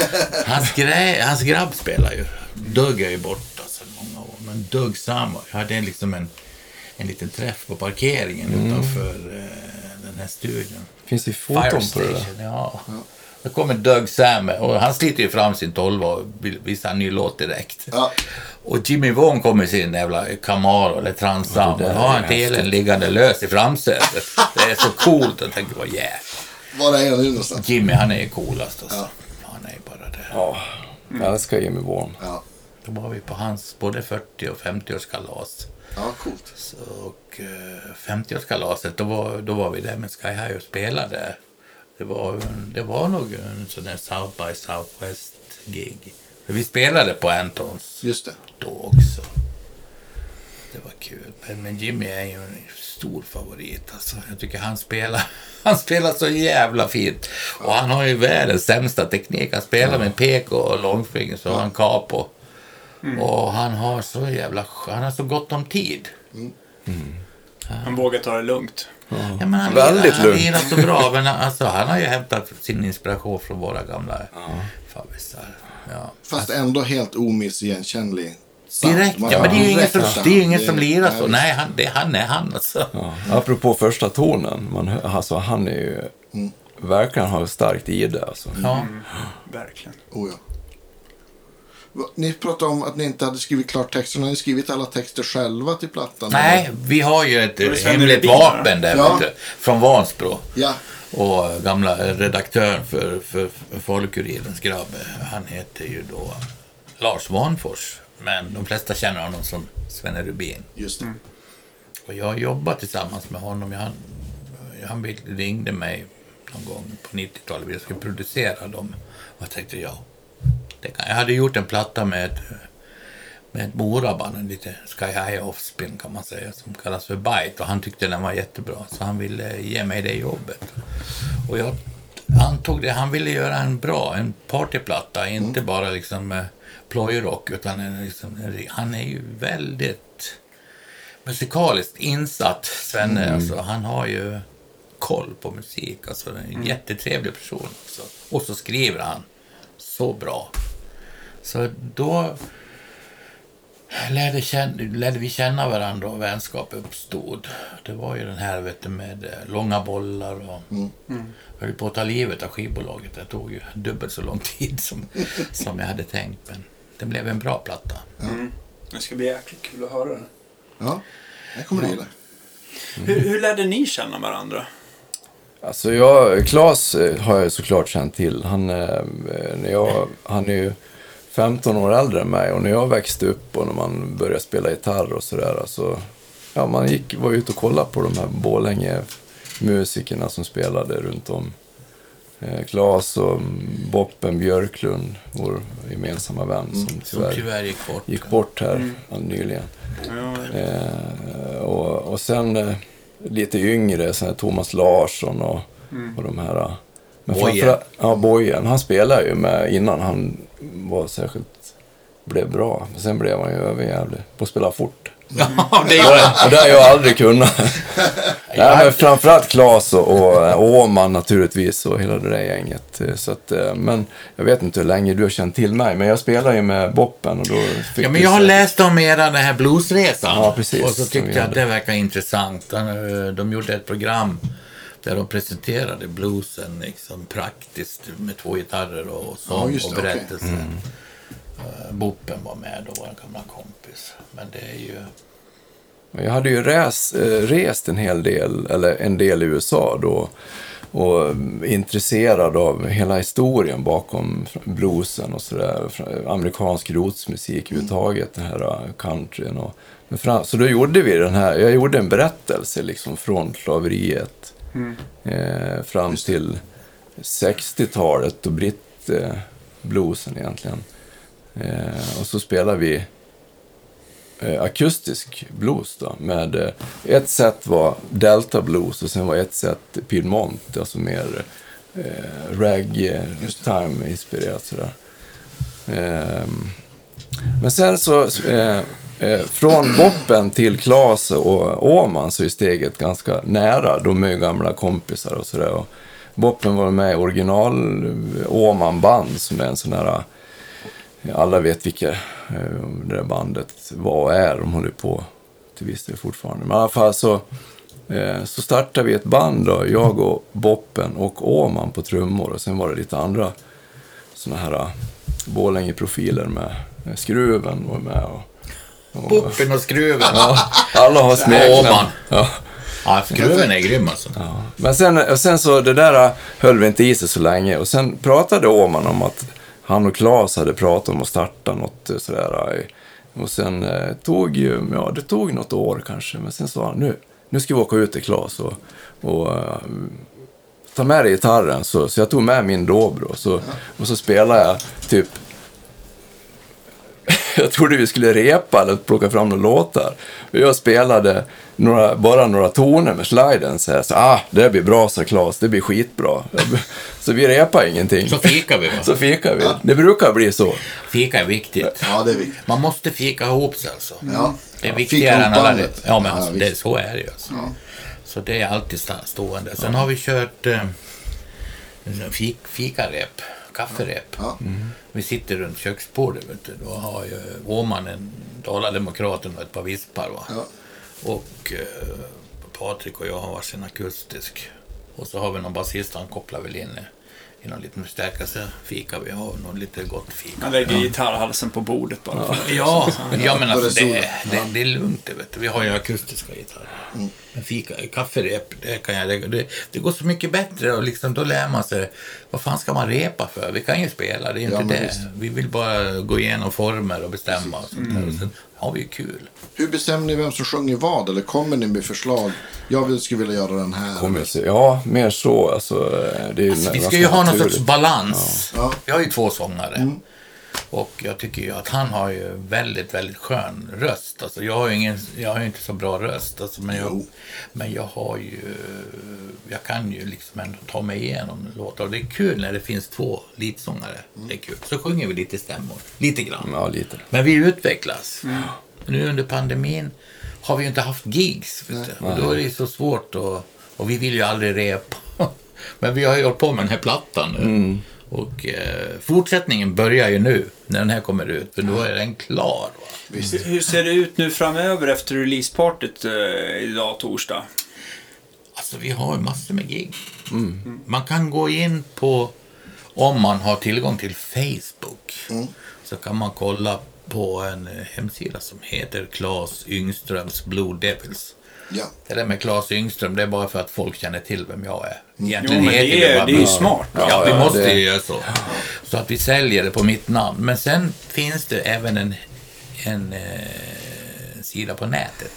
Hans grabb spelar ju. Doug är ju borta sedan många år. Men Doug Sam, jag hade liksom en liten träff på parkeringen utanför den här studion. Finns det foton på det? Ja. Då kommer Doug Sam och han sliter ju fram sin 12 och visar en ny låt direkt. Ja. Och Jimmy Vaughan kommer sin jävla Camaro eller Transam och har han delen liggande lös i framsätet. Det är så coolt att tänka på, Var är han nu någonstans? Jimmy, han är ju coolast alltså. Han är ju bara det. Ja, jag älskar Jimmy Vaughan. Ja. Då var vi på hans både 40- och 50-årskalas. Ja, coolt. Så, och 50-årskalaset, då var vi där med Sky High och spelade. Det var nog en sån där South by Southwest-gig. Vi spelade på Antons. Just det. Då också. Det var kul. Men Jimmy är ju en stor favorit. Alltså, jag tycker han spelar så jävla fint. Och han har ju världens sämsta teknik. Han spelar med pek och långfinger så har han capo. Och han har så gott om tid. Han vågar ta det lugnt. Ja, men han lirar så bra, men alltså, han har ju hämtat sin inspiration från våra gamla favvisar. Ja. Fast ändå helt omissgenkännlig. Direkt, men det är ju ingen som lirar så. Nej, han är han alltså. Ja. Apropå första tonen, alltså han är ju verkligen har starkt i det alltså. Ja, verkligen. Ja. Ni pratade om att ni inte hade skrivit klart texterna. Har ni skrivit alla texter själva till plattan? Nej, eller? vi har ju ett hemligt vapen där vet du, från Vansbro. Ja. Och gamla redaktören för Folkurirens grabb, han heter ju då Lars Vanfors. Men de flesta känner honom som Svenne Rubin. Just det. Och jag jobbar tillsammans med honom. Han ringde mig någon gång på 90-talet. Vi skulle producera dem. Och jag tänkte, jag hade gjort en platta med ett Moraband, en lite Sky High Offspin kan man säga, som kallas för Bite. Och han tyckte den var jättebra. Så han ville ge mig det jobbet. Och jag antog det. Han ville göra en partyplatta. Inte bara liksom plojrock, utan han är ju väldigt musikaliskt insatt, Svenne. Alltså, han har ju koll på musik. Alltså, en jättetrevlig person också. Och så skriver han så bra. Så då lärde vi känna varandra och vänskap uppstod. Det var ju den här med långa bollar och höll på att ta livet av skivbolaget. Det tog ju dubbelt så lång tid som jag hade tänkt, men det blev en bra platta. Det ska bli jäkligt kul att höra den. Ja, jag kommer att gilla. Hur lärde ni känna varandra? Alltså Claes har jag såklart känt till. Han är ju 15 år äldre än mig, och när jag växte upp och när man började spela gitarr och sådär, alltså, man var ute och kollade på de här Borlänge-musikerna som spelade runt om. Claes och Boppen Björklund, vår gemensamma vän som tyvärr gick bort här nyligen. Och sen lite yngre, så här Thomas Larsson och de här. Men Bojen, han spelade ju med innan han var blev bra. Sen blev han ju överjävlig på att spela fort. Ja, det gör det. Och det har jag aldrig kunnat. Nej, men framförallt Claes och Åman naturligtvis och hela det där gänget. Så att, men jag vet inte hur länge du har känt till mig, men jag spelar ju med Boppen och då fick men jag har läst om den här bluesresan. Ja, precis. Och så tyckte jag att det verkar intressant. De gjorde ett program där de presenterade bluesen liksom praktiskt med 2 gitarrer och sång och berättelser. Boppen var med då, vår gamla kompis. Men det är ju... Jag hade ju rest en del i USA då och intresserad av hela historien bakom bluesen och sådär, amerikansk rootsmusik överhuvudtaget, den här countryn och så då gjorde vi jag gjorde en berättelse liksom från slaveriet fram till 60-talet och bluesen egentligen. Och så spelar vi akustisk blues då, med ett sätt var Delta blues och sen var ett sätt Piedmont, alltså mer ragtime inspirerat sådär. Men sen så från Boppen till Klas och Åman så är steget ganska nära. De är ju gamla kompisar och sådär. Och Boppen var med i original Åman-band som är en sån här, alla vet vilka det där bandet var och är. De håller på till viss del fortfarande. Men i alla fall så startade vi ett band då. Jag och Boppen och Åman på trummor. Och sen var det lite andra såna här Borlänge-profiler med Skruven var med och Boppen och Skruven. Ja, alla har smeknamn. Ja, Skruven är grym alltså. Ja. Men sen så det där höll vi inte i sig så länge. Och sen pratade Åman om att han och Klas hade pratat om att starta något sådär. Och sen det tog något år kanske. Men sen sa han, nu ska vi åka ut till Klas och ta med dig gitarren. Så jag tog med min dobro. Och så spelade jag typ... Jag trodde vi skulle repa eller plocka fram några låtar. Jag spelade bara några toner med sliden. Så det blir bra, sa Klas. Det blir skitbra. Så vi repar ingenting. Så fikar vi, va? Så fikar vi. Det brukar bli så. Fika är viktigt. Ja, det är viktigt. Man måste fika ihop sig alltså. Ja. Det är viktigare än alla... Ja, men alltså, visst. så är det ju alltså. Ja. Så det är alltid stående. Sen har vi kört fikarep, kafferep. Ja. Vi sitter runt köksbordet, vet du. Då har ju Åman en Dala-demokraten och ett par vispar, va? Ja. Och Patrik och jag har varsin akustisk. Och så har vi någon basist, han kopplar väl in i någon liten förstärkelse fika. Vi har någon lite gott fika. Man lägger gitarrhalsen på bordet bara. Ja, men alltså det är lugnt, det, vet du. Vi har ju akustiska gitarrer. Men kafferep, det går så mycket bättre och liksom, då lär man sig, vad fan ska man repa för? Vi kan ju spela, det är inte det. Visst. Vi vill bara gå igenom former och bestämma och sånt där. Och sen har vi ju kul. Hur bestämmer ni vem som sjunger vad? Eller kommer ni med förslag? skulle vilja göra den här. Ja, mer så. Alltså, det är vi ska ju ha någon sorts balans. Ja. Vi har ju 2 sångare. Och jag tycker ju att han har ju väldigt, väldigt skön röst. Alltså jag har ju inte så bra röst. Alltså, men jag har ju... Jag kan ju liksom ändå ta mig igenom låtar. Och det är kul när det finns 2 lidsångare. Det är kul. Så sjunger vi lite stämmor. Lite grann. Ja, lite. Men vi utvecklas. Nu under pandemin har vi ju inte haft gigs. Vet du? Och då är det så svårt. Och vi vill ju aldrig repa. Men vi har ju hållit på med den här plattan nu. Och fortsättningen börjar ju nu när den här kommer ut. För då är den klar. Va? Hur ser det ut nu framöver efter releasepartyt idag torsdag? Alltså vi har massor med gig. Man kan gå in på, om man har tillgång till Facebook, så kan man kolla på en hemsida som heter Klas Yngströms Blue Devils. Ja. Det där med Klas Yngström, det är bara för att folk känner till vem jag är. Egentligen men det är ju smart. Ja, vi måste ju göra så. Så att vi säljer det på mitt namn. Men sen finns det även en sida på nätet.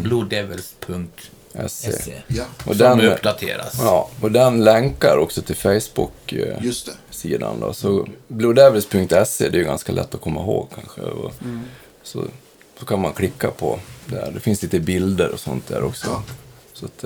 bluedevils.se. Ja. Och som uppdateras. Ja, och den länkar också till Facebook-sidan då. Så bluedevils.se, det är ju ganska lätt att komma ihåg kanske. Och så kan man klicka på där. Det finns lite bilder och sånt där också. Ja. Så att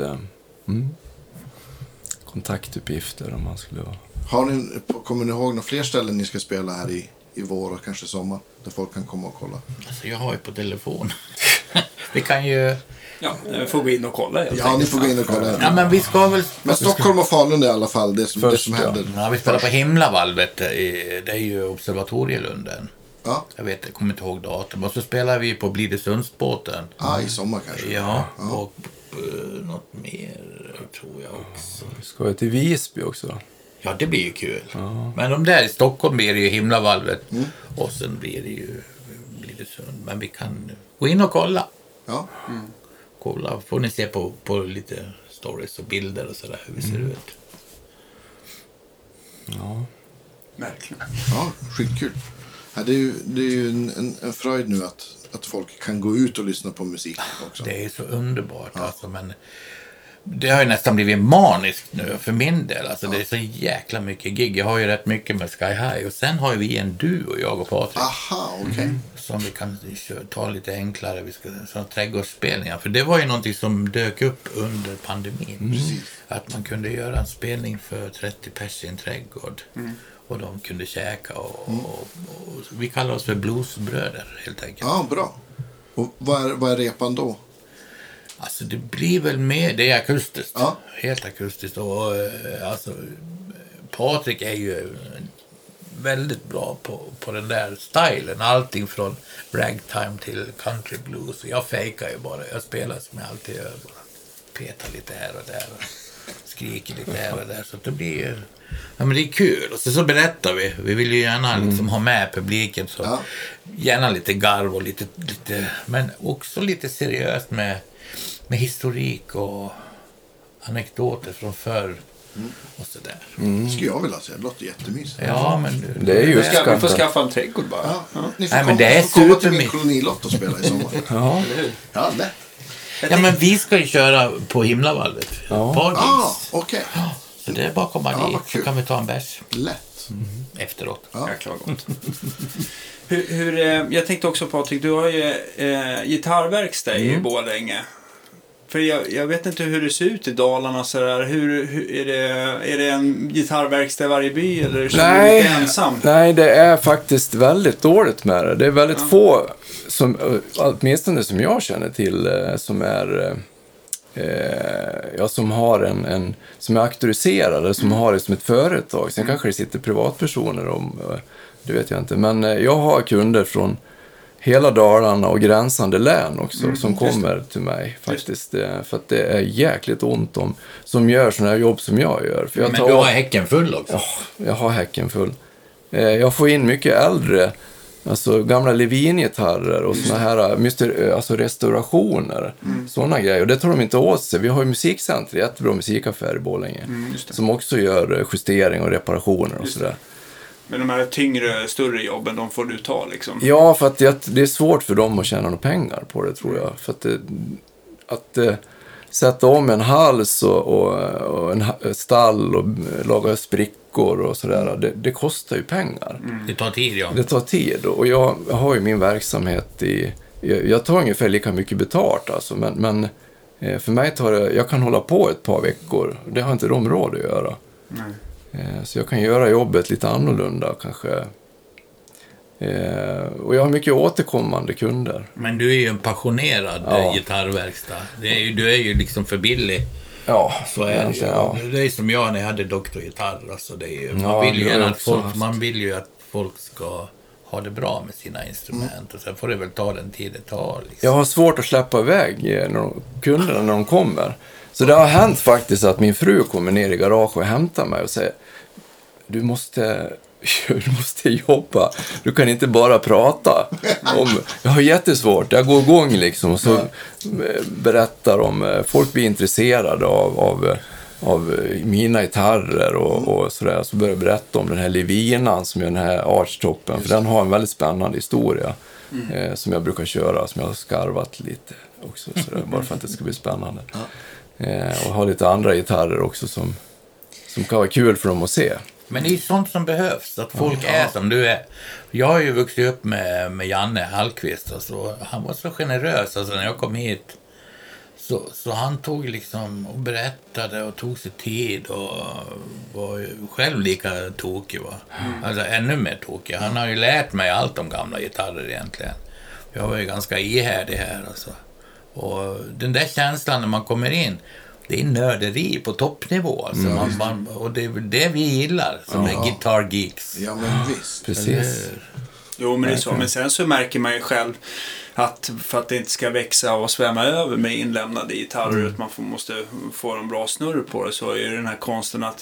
kontaktuppgifter om man skulle ha. Kommer ni ihåg några fler ställen ni ska spela här i vår och kanske sommar där folk kan komma och kolla? Alltså jag har ju på telefon. Vi kan ju... Ja, vi får gå in och kolla. Ja, ni får gå in och kolla. Ja, men vi ska väl... Men Stockholm och Falun är i alla fall det som händer. Ja, vi spelar på Himlavalvet. Det är ju Observatorielunden. Ja. Jag kommer inte ihåg datum. Och så spelar vi på Blidesundsbåten. I sommar kanske. Ja. Och något mer tror jag också. Ska vi till Visby också? Ja, det blir ju kul. Ja. Men de där i Stockholm blir det ju Himlavalvet. Och sen blir det Sund. Men vi kan gå in och kolla. Ja. Kolla, får ni se på lite stories och bilder och sådär hur vi ser ut. Ja, verkligen. Ja, skitkul. Ja, det är ju en fröjd nu att folk kan gå ut och lyssna på musik också. Det är så underbart alltså, men det har ju nästan blivit maniskt nu för min del. Alltså, det är så jäkla mycket gig. Jag har ju rätt mycket med Sky High. Och sen har ju vi en duo, jag och Patrik. Aha, okej. Som vi kan ta lite enklare. Vi ska såna trädgårdsspelningar. För det var ju någonting som dök upp under pandemin. Att man kunde göra en spelning för 30 pers i en trädgård. Och de kunde käka. Och vi kallar oss för bluesbröder helt enkelt. Ja, bra. Och vad är repan då? Alltså det blir väl mer, det är akustiskt. Ja. Helt akustiskt. Och alltså Patrik är ju väldigt bra på den där stilen. Allting från ragtime till country blues. Jag fejkar ju bara. Jag spelar som jag alltid gör. Bara petar lite här och där. Och skriker lite här och där. Så det blir ju... Ja, men det är kul. Och så berättar vi. Vi vill ju gärna liksom ha med publiken. Så gärna lite garv och lite... Men också lite seriöst med historik och anekdoter från förr och sådär. Skulle jag vilja säga. Det låter jättemysigt. Ja, men det är ju Vi får skaffa en trädgård bara. Ja. Ni får Nej, men det är komma till min supermysigt. kolonilott och spela i sommar. Ja. Ja, lätt. Ja, men vi ska ju köra på Himlavalvet. Okej. Så det är bara att komma vad dit. Så kul. kan vi ta en bärs Lätt. efteråt. Jäklar gott. Jag tänkte också, Patrik, du har ju gitarrverkstad i Borlänge. För jag vet inte hur det ser ut i Dalarna så där. Hur är det en gitarrverkstad i varje by eller känner du lite ensam? Nej, det är faktiskt väldigt dåligt med det. Det är väldigt få, åtminstone som jag känner till, som är som har som är auktoriserade, som har det som ett företag. Sen kanske det sitter privatpersoner om, det vet jag inte. Men jag har kunder från hela Dalarna och gränsande län också som kommer till mig faktiskt. För att det är jäkligt ont om som gör sådana här jobb som jag gör. För Men du har häcken full också. Ja, jag har häcken full. Jag får in mycket äldre, alltså gamla Levin-gitarrer och såna här alltså restaurationer. Sådana grejer. Och det tar de inte åt sig. Vi har ju musikcenter, jättebra musikaffär i Borlänge. Som också gör justering och reparationer och sådär. Men de här tyngre, större jobben, de får du ta liksom? Ja, för att det är svårt för dem att tjäna några pengar på det, tror jag. För att sätta om en hals och en stall och laga sprickor och sådär, det kostar ju pengar. Det tar tid, ja. Det tar tid, och jag har ju min verksamhet jag tar ungefär lika mycket betalt alltså, men för mig jag kan hålla på ett par veckor. Det har inte de råd att göra. Nej. Så jag kan göra jobbet lite annorlunda kanske. Och jag har mycket återkommande kunder. Men du är ju en passionerad gitarrverkstad. Du är ju liksom för billig. Ja, så är det. Ja. Det är som jag när jag hade doktorgitarr. Alltså man vill ju att folk ska ha det bra med sina instrument. Och sen får det väl ta den tid det tar. Liksom. Jag har svårt att släppa iväg kunderna när de kommer. Så det har hänt faktiskt att min fru kommer ner i garage och hämtar mig och säger: Du måste jobba. Du kan inte bara prata. Jag har jättesvårt. Jag går igång liksom och så berättar om folk blir intresserade av mina gitarrer och sådär. Så börjar jag berätta om den här Levinan som är den här archtoppen. För den har en väldigt spännande historia som jag brukar köra, som jag har skarvat lite också. Sådär, bara för att det ska bli spännande. Och ha lite andra gitarrer också som kan vara kul för dem att se. Men det är sånt som behövs, att folk är som du är. Jag har ju vuxit upp med Janne Hallqvist. Alltså, han var så generös alltså, när jag kom hit. Så han tog liksom och berättade och tog sig tid och var själv lika tokig. Alltså ännu mer tokig. Han har ju lärt mig allt om gamla gitarrer egentligen. Jag var ju ganska ihärdig här alltså. Och den där känslan när man kommer in, det är nörderi på toppnivå alltså. Och det är det vi gillar som är guitar geeks. Ja, men visst. Precis. Jo, men det är så. Men sen så märker man ju själv att för att det inte ska växa och svämma över med inlämnade gitarrer, att man måste få en bra snurr på det, så är det den här konsten att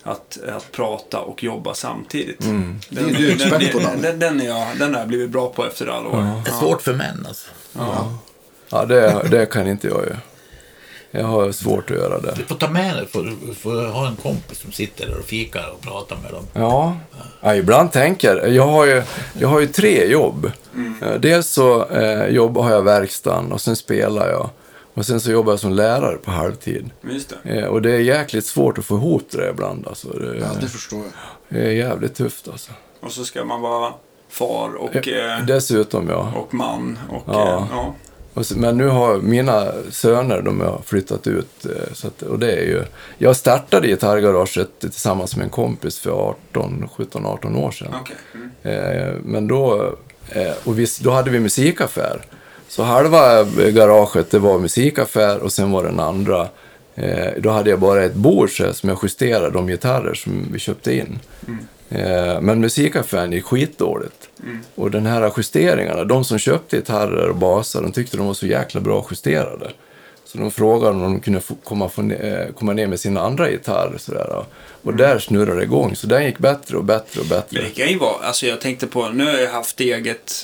att prata och jobba samtidigt. Det är du expert på den. Den har jag blivit bra på efter alla år. Det är svårt för män alltså. Ja, det kan inte jag ju. Jag har svårt att göra det. Du får ta med dig, får ha en kompis som sitter där och fikar och pratar med dem. Ja, ibland tänker jag har ju 3 jobb. Dels så har jag verkstaden och sen spelar jag. Och sen så jobbar jag som lärare på halvtid. Just det. Och det är jäkligt svårt att få ihop det ibland. Alltså. Det förstår jag. Det är jävligt tufft alltså. Och så ska man vara far och, dessutom, och man. Och, ja. Men nu har mina söner, de har flyttat ut. Så att, och det är ju, jag startade i gitarrgaraget tillsammans med en kompis för 17-18 år sedan. Okay. Men då hade vi musikaffär. Så halva garaget, det var musikaffär och sen var den andra. Då hade jag bara ett bord som jag justerade de gitarrer som vi köpte in. Men musikaffären gick skitdåligt. Och den här justeringarna, de som köpte gitarrer och basar, de tyckte de var så jäkla bra justerade. Så de frågade om de kunde komma ner med sina andra gitarrer. Sådär. Och där snurrade det igång. Så den gick bättre och bättre och bättre. Men det kan ju vara, alltså jag tänkte på, nu har jag haft eget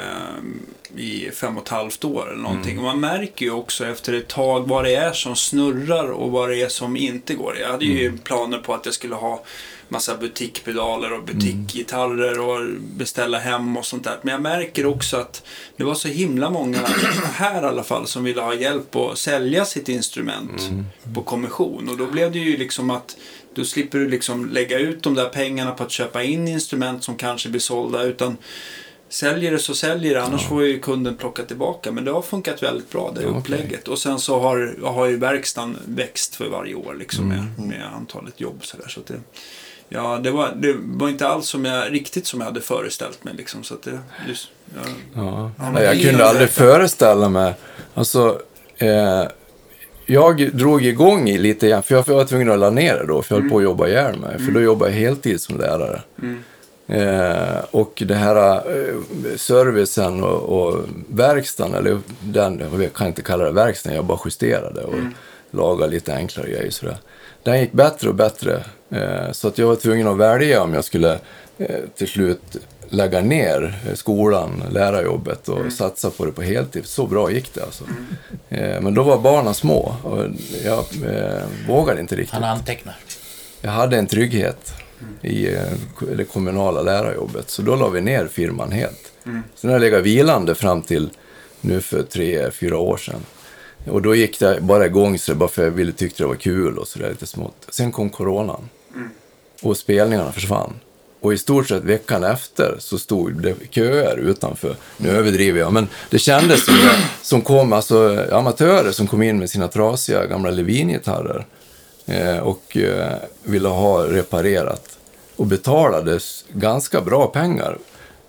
i 5,5 år eller någonting. Och man märker ju också efter ett tag vad det är som snurrar och vad det är som inte går. Jag hade ju planer på att jag skulle ha massa butikpedaler och butikgitarrer och beställa hem och sånt där. Men jag märker också att det var så himla många här i alla fall som ville ha hjälp att sälja sitt instrument på kommission. Och då blev det ju liksom att då slipper du liksom lägga ut de där pengarna på att köpa in instrument som kanske blir sålda, utan säljer det så säljer det, annars får ju kunden plocka tillbaka. Men det har funkat väldigt bra, det upplägget. Och sen så har ju verkstaden växt för varje år liksom med antalet jobb. Så att det var inte alls riktigt som jag hade föreställt mig. Liksom, så att det, just, jag kunde aldrig föreställa mig. Alltså, jag drog igång lite grann, för jag var tvungen att lägga ner det då, för jag höll på att jobba ihjäl mig. För då jobbade jag heltid som lärare. Och det här servicen och verkstaden, eller jag kan inte kalla det verkstaden, jag bara justerade och lagade lite enklare grejer sådär. Den gick bättre och bättre, så att jag var tvungen att välja om jag skulle till slut lägga ner skolan, lärarjobbet och satsa på det på heltid. Så bra gick det alltså. Men då var barnen små och jag vågade inte riktigt. Han antecknar. Jag hade en trygghet i det kommunala lärarjobbet, så då la vi ner firman helt. Sen har jag legat vilande fram till nu för 3-4 år sedan. Och då gick det bara igång så bara för jag tyckte det var kul och sådär lite smått. Sen kom coronan och spelningarna försvann. Och i stort sett veckan efter så stod det köer utanför. Nu överdriver jag, men det kändes som kom alltså amatörer som kom in med sina trasiga gamla Levin-gitarrer och ville ha reparerat och betalades ganska bra pengar.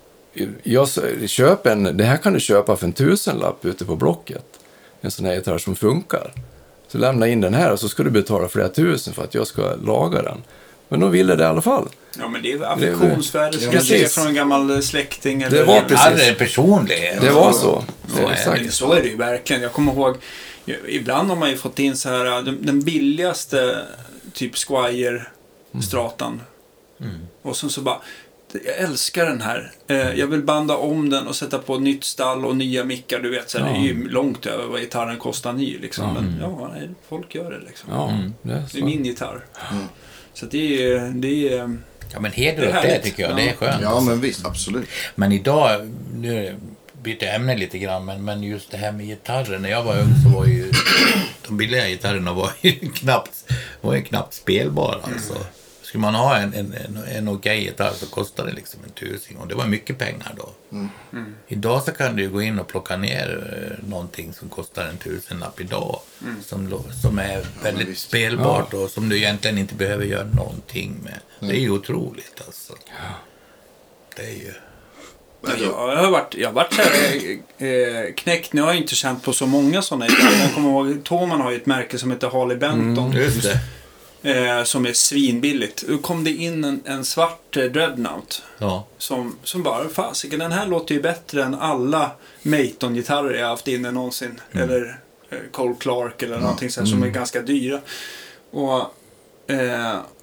Det här kan du köpa för 1000-lapp ute på Blocket. En sån här gitarr som funkar. Så lämna in den här och så ska du betala flera tusen för att jag ska laga den. Men de ville det i alla fall. Ja, men det är affektionsvärde som det är från en gammal släkting. Eller det var precis. Det är personligt. Det var så. Så är det ju verkligen. Jag kommer ihåg, ibland har man ju fått in så här den billigaste typ Squire-stratan. Och så bara, jag älskar den här. Jag vill banda om den och sätta på nytt stall och nya mickar. Du vet, så det är ju långt över vad gitarren kostar ny. Liksom. Men folk gör det liksom. Det är min gitarr. Så det är ja, men heder åt det tycker jag. Det är skönt. Ja, men visst, absolut. Men idag, nu byter jag ämne lite grann, men just det här med gitarren. När jag var ung så var ju de billiga gitarrerna var ju knappt spelbara. Alltså. Skulle man ha en okej gitarr så kostar det liksom 1000, och det var mycket pengar då. Idag så kan du ju gå in och plocka ner någonting som kostar 1000-lapp idag, som är väldigt spelbart och som du egentligen inte behöver göra någonting med. Det är ju otroligt alltså. Det är ju... Jag har varit så här knäckt. Nu har jag inte känt på så många sådana. Jag kommer ihåg, Thomann har ju ett märke som heter Harley Benton. Just det. Som är svinbilligt. Då kom det in en svart Dreadnought. Ja. Som bara, fasiken, den här låter ju bättre än alla Maton-gitarrer jag har haft inne någonsin. Eller Cole Clark eller någonting så här, som är ganska dyra. Och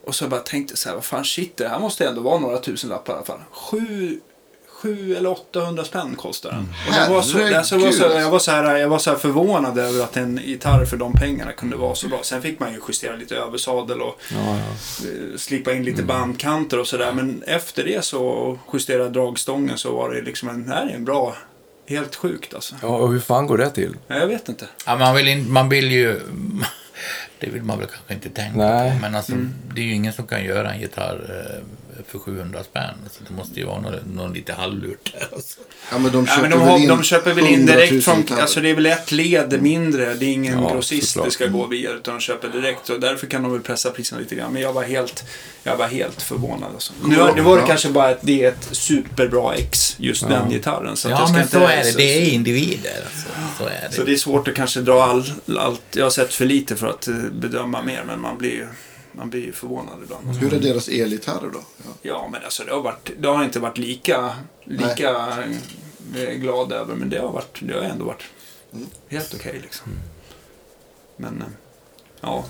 Och så bara tänkte så här, vad fan shit, det här måste ändå vara några tusenlappar i alla fall. 7 eller 800 spänn kostar den. Och det var jag var så här förvånad över att en gitarr för de pengarna kunde vara så bra. Sen fick man ju justera lite översadel och slipa in lite bandkanter och sådär. Men efter det så justera dragstången så var det liksom en bra, helt sjukt alltså. Ja, och hur fan går det till? Jag vet inte. Ja, man vill ju... Det vill man väl kanske inte tänka på. Men alltså, det är ju ingen som kan göra en gitarr för 700 spänn. Alltså, det måste ju vara någon lite halvlurt där. Alltså. Ja, men de köper väl in direkt från... Alltså det är väl ett led mindre. Det är ingen grossist det ska gå via, utan de köper direkt. Och därför kan de väl pressa priserna lite grann. Men jag var helt förvånad. Alltså. Nu var det kanske bara att det är ett superbra ex, just den gitarren. Så ja, men så är det. Det är individer. Alltså. Så är det. Så det är svårt att kanske dra allt. Jag har sett för lite för att bedöma mer, men man blir ju förvånad ibland. Hur är deras elgitarrer då? Ja, men alltså det har inte varit lika glad över, men det har ändå varit helt okej liksom. Men ja.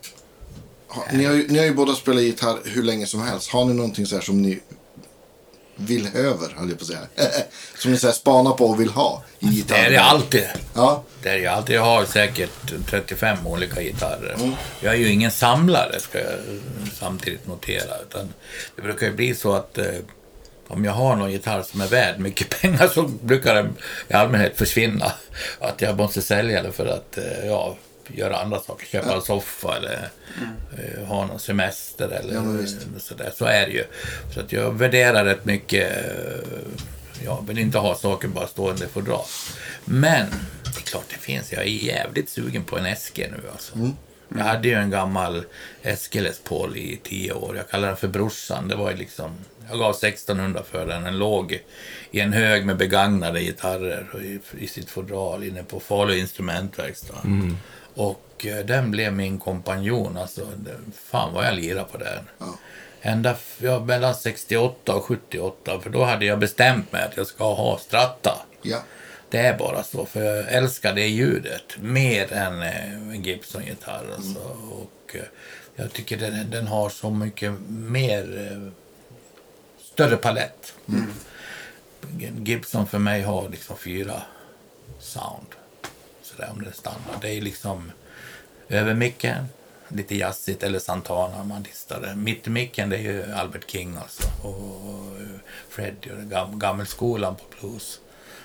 Ni har ju båda spelat gitarr hur länge som helst. Har ni någonting så här som ni vill över, höll jag på att säga. Som ni så här spanar på och vill ha i gitarr? Det är det alltid. Ja. Det är det alltid. Jag har säkert 35 olika gitarrer. Jag är ju ingen samlare, ska jag samtidigt notera. Utan det brukar ju bli så att om jag har någon gitarr som är värd mycket pengar så brukar den i allmänhet försvinna. Att jag måste sälja det för att göra andra saker. Köpa en soffa eller ha någon semester eller sådär. Så är det ju. Så att jag värderar rätt mycket. Jag vill inte ha saker bara stående för dra. Men det är klart det finns. Jag är jävligt sugen på en Eske nu alltså. Jag hade ju en gammal Eske Les Paul i 10 år. Jag kallar den för brorsan. Det var ju liksom... Jag gav 1600 för den. Den låg i en hög med begagnade gitarrer i sitt fodral inne på Falu instrumentverkstad. Och den blev min kompanjon. Alltså, fan vad jag lirade på den. Ända mellan 68 och 78. För då hade jag bestämt mig att jag ska ha Strata. Ja. Det är bara så. För jag älskar det ljudet. Mer än en Gibson-gitarr. Alltså. Och jag tycker den har så mycket mer... större palett. Gibson för mig har liksom 4 sound. Sådär om det är standard. Det är liksom över micken, lite jazzigt eller Santana man distade. Mitt i micken det är ju Albert King alltså. Och Freddie och gammelskolan på blues.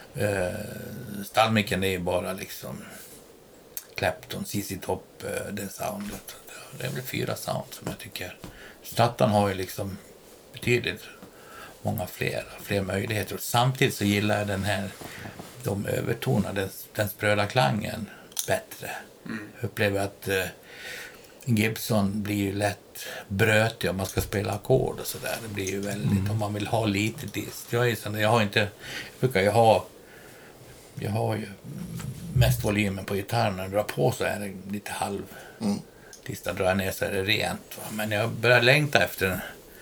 Stallmicken det är ju bara liksom Clapton, ZZ Top, det soundet. Det är väl 4 sound som jag tycker. Strattan har ju liksom betydligt många fler möjligheter. Och samtidigt så gillar jag de övertonar den spröda klangen bättre. Jag upplever att Gibson blir ju lätt brötig om man ska spela ackord och sådär. Det blir ju väldigt, om man vill ha lite dist. Jag har ju mest volymen på gitarren. När jag drar på så är det lite halv dista, drar jag ner så är det rent. Men jag börjar längta efter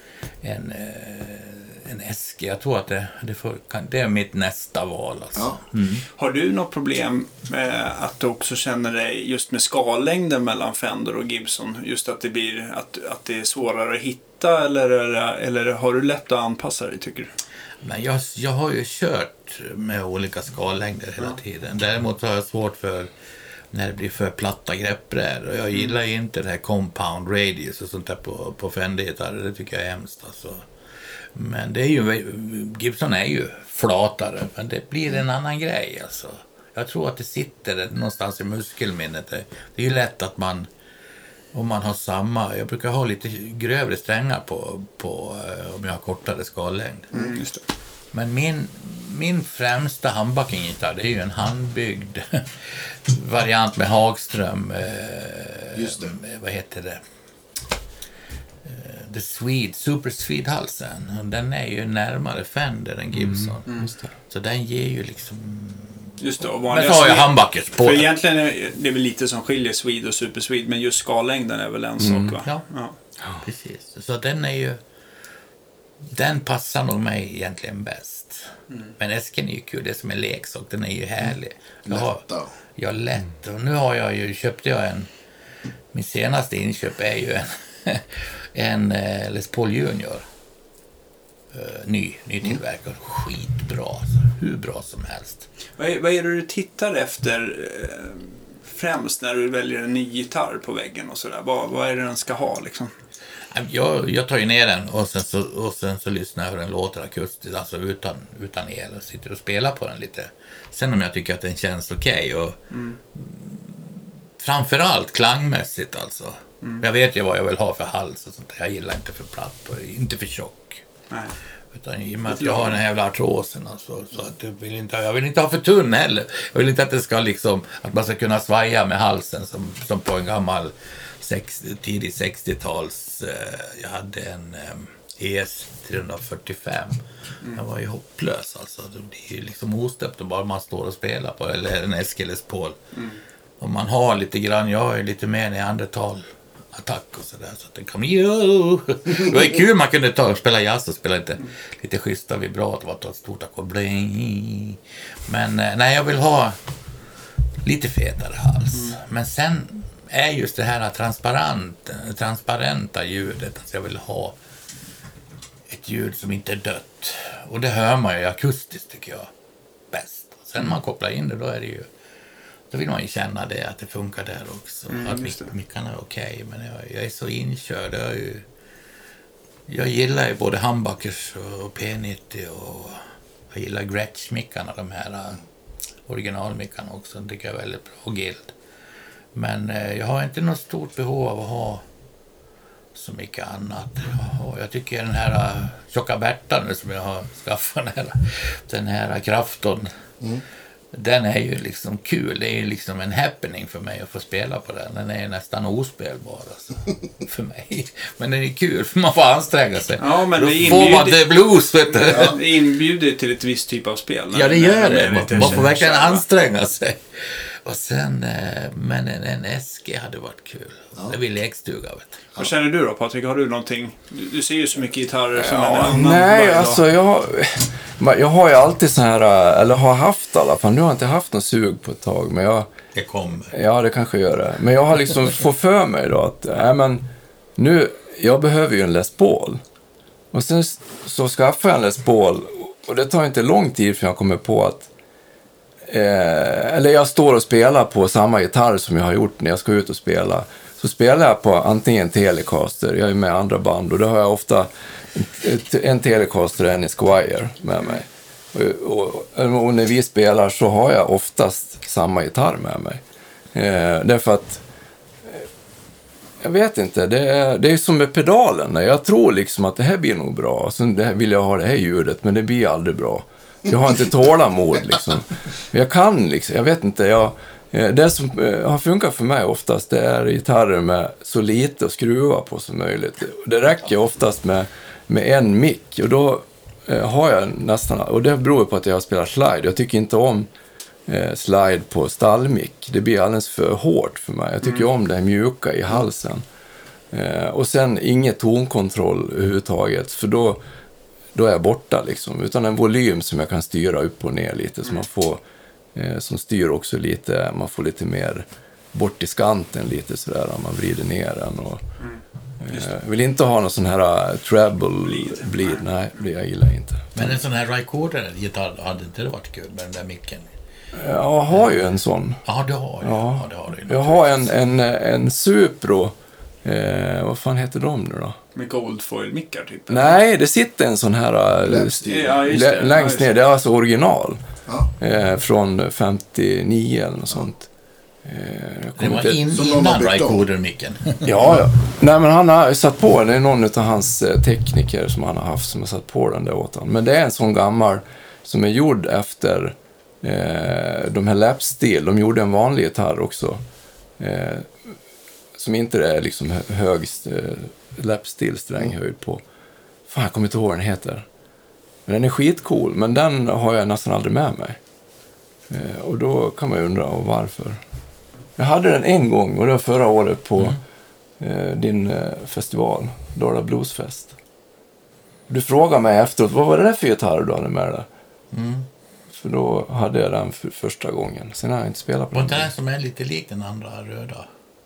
en Eske. Jag tror att det är mitt nästa val. Alltså. Har du något problem med att du också känner dig just med skallängden mellan Fender och Gibson? Just att det blir att det är svårare att hitta eller har du lätt att anpassa dig, tycker du? Men jag har ju kört med olika skallängder hela tiden. Däremot har jag svårt för när det blir för platta greppbrädor. Och jag gillar ju inte det här compound radius och sånt där på Fender-gitarrer. Det tycker jag är hemskt alltså. Men det är ju, Gibson är ju flatare, men det blir en annan grej alltså. Jag tror att det sitter någonstans i muskelminnet. Det är ju lätt att om man har samma, jag brukar ha lite grövre strängar på om jag har kortare skallängd. Just det. Men min främsta handbackinggitarr, det är ju en handbyggd variant med Hagström. Just det. Vad heter det? The Swede, Super Swede-halsen. Den är ju närmare Fender än Gibson. Så den ger ju liksom... Just det, men så har jag handbackers på. För egentligen är det väl lite som skiljer Swede och Super Swede, men just skallängden är väl en sak, va? Ja, precis. Så den är ju... Den passar nog mig egentligen bäst. Men Esken är ju kul, det som är leksak, den är ju härlig. Lätt. Och nu har köpte jag min senaste inköp är ju en Les Paul Junior. Nytillverkad. Skitbra. Alltså. Hur bra som helst. Vad är det du tittar efter främst när du väljer en ny gitarr på väggen och sådär? Vad är det den ska ha liksom? Jag tar ju ner den och sen så lyssnar jag hur den låter akustiskt, alltså utan el, och sitter och spelar på den lite. Sen om jag tycker att den känns okej och framförallt klangmässigt alltså. Jag vet ju vad jag vill ha för hals och sånt. Jag gillar inte för platt och inte för tjock. Nej. Utan i och med att jag har den här jävla artrosen alltså, så att jag vill inte ha för tunn heller. Jag vill inte att det ska liksom, att man ska kunna svaja med halsen som på en gammal tidig 60-tals, jag hade en ES 345. Den var ju hopplös alltså. Det blir ju liksom ostöpt och bara man står och spelar på, eller en Les Paul. Och man har lite grann, jag är lite mer neandertal attack och sådär, så att den kom det var kul, man kunde spela jazz och spela lite schyssta vibrat och ta ett stort ackord. Men nej, jag vill ha lite fetare hals. Men sen är just det här transparenta ljudet, alltså jag vill ha ett ljud som inte är dött, och det hör man ju akustiskt tycker jag bäst. Sen man kopplar in det, då är det ju, då vill man ju känna det, att det funkar där också. Att mickarna är okej, men jag är så inkörd. Jag gillar ju både humbuckers och P90 och jag gillar Gretsch-mickarna, de här originalmickarna också. Det tycker jag är väldigt bra, och Guild. Men jag har inte något stort behov av att ha så mycket annat. Och jag tycker den här Tjocka Berta nu som jag har skaffat, den här Krafton, den är ju liksom kul. Det är ju liksom en happening för mig att få spela på den. Den är nästan ospelbar alltså, för mig. Men den är kul för man får anstränga sig. Ja, men då får man det blues, vet du. Ja, det inbjuder till ett visst typ av spel. Ja, det gör det. Man får verkligen anstränga sig. Och sen, men en SG hade varit kul. Det vill lekstuga, vet du. Vad känner du då, Patrik? Har du någonting? Du ser ju så mycket gitarrer som en annan. Nej, alltså jag har ju alltid så här, eller har haft i alla fall. Nu har jag inte haft någon sug på ett tag, men det kommer. Ja, det kanske gör det. Men jag har liksom fått för mig då att, men nu, jag behöver ju en Les Paul. Och sen så skaffar jag en Les Paul, och det tar inte lång tid för jag kommer på att eller jag står och spelar på samma gitarr som jag har gjort när jag ska ut och spela. Så spelar jag på antingen Telecaster, jag är med i andra band, och då har jag ofta en Telecaster och en Squier med mig. Och när vi spelar så har jag oftast samma gitarr med mig. Därför att jag vet inte, det är som med pedalen. Jag tror liksom att det här blir nog bra. Så vill jag ha det här ljudet, men det blir aldrig bra. Jag har inte tålamod liksom. Jag kan liksom, jag vet inte, det som har funkat för mig oftast, det är gitarrer med så lite att skruva på som möjligt. Det räcker oftast med en mick, och då har jag nästan, och det beror på att jag spelar slide. Jag tycker inte om slide på stallmick. Det blir alldeles för hårt för mig. Jag tycker om det mjuka i halsen. Och sen inget tonkontroll överhuvudtaget, för då är jag borta liksom. Utan en volym som jag kan styra upp och ner lite, så man får, som styr också lite, man får lite mer bort i skanten lite sådär, om man vrider ner den. Och jag vill inte ha någon sån här treble bleed. Nej, det jag gillar inte. Men en sån här recorder-gitarr hade inte det varit kul med den där micken? Jag har ju en sån. Ja, det har jag. Ja, det har du. Jag har en Supro. Vad fan heter de nu då? Med goldfoil-mickar typ? Nej, det sitter en sån här längst ner. Det är alltså original. Från 59 eller något sånt. Det var innan recorder-micken. Ja. Nej, men han har satt på, det är någon av hans tekniker som han har haft som har satt på den där åt han. Men det är en sån gammal som är gjord efter de här lapstil. De gjorde en vanlig gitarr också. Som inte är liksom högst lapstil stränghöjd på. Fan, jag kommer inte ihåg vad den heter. Men den är skitcool, men den har jag nästan aldrig med mig. Och då kan man ju undra varför. Jag hade den en gång, och det var förra året på din festival, Dala Bluesfest. Du frågade mig efteråt, vad var det där för gitarr du hade med dig? För då hade jag den för första gången. Sen har jag inte spelat på den. Var det den som är lite lik den andra röda?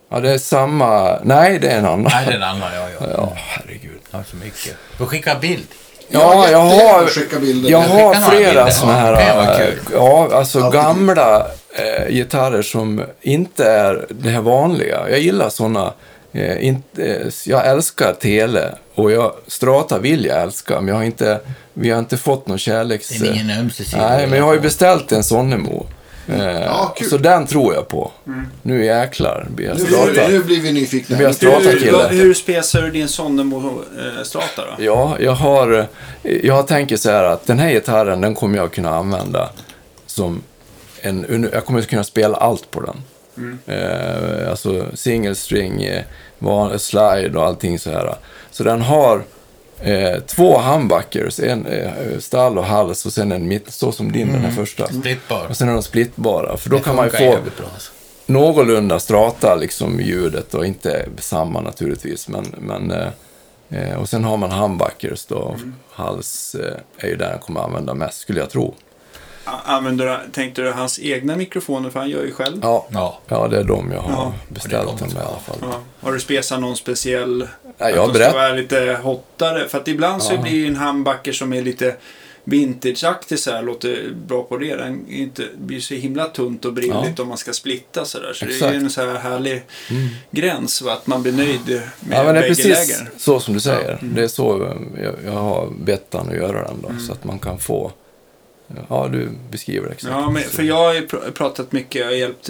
Ja, det är samma... Nej, det är en annan. Nej, det är en annan, ja. Ja, herregud. Ja, så mycket. Du skickar bild. Ja, jag har skicka flera bilder. såna Ja, det var här... kul. Ja, alltså Alltid. gamla gitarrer som inte är det här vanliga. Jag gillar såna... jag älskar tele och Strata vill jag älska, men vi har inte fått någon kärleks... Det är ingen ömsesidig. Nej, men jag har ju beställt en Sonnemo. Kul. Så den tror jag på. Nu jäklar blir jag Strata. Nu blir vi nyfikna. Nu blir jag Strata-kille. Hur spesar du din Sonnemo Strata då? Ja, jag tänker så här att den här gitarren, den kommer jag kunna använda som jag kommer kunna spela allt på den. Alltså single string, slide och allting så här. Så den har 2 humbuckers, en stall och hals och sen en mitt, så som din den här första. Splittbar. Och sen är de splittbara, för då Det kan man ju funkar få jävligt bra, alltså. någorlunda Strata liksom ljudet och inte samma naturligtvis, men och sen har man humbuckers då. Hals är ju den jag kommer använda mest, skulle jag tro. Tänkte du hans egna mikrofoner, för han gör ju själv? Ja, det är de jag har beställt och det är dem de i alla fall. Ja. Har du spesat någon speciell? Ja, jag att de ska vara lite hottare? För att ibland så blir ju en humbucker som är lite vintageaktig så här, låter bra på det. Den blir så himla tunt och brilligt om man ska splitta så där. Så exakt. det är ju en så här härlig gräns, va? Att man blir nöjd med men det är bägge precis läger. så som du säger. Det är så jag har bett han att göra den då, så att man kan få... Ja, du beskriver det exakt. Ja, men, för jag har ju pratat mycket, jag har hjälpt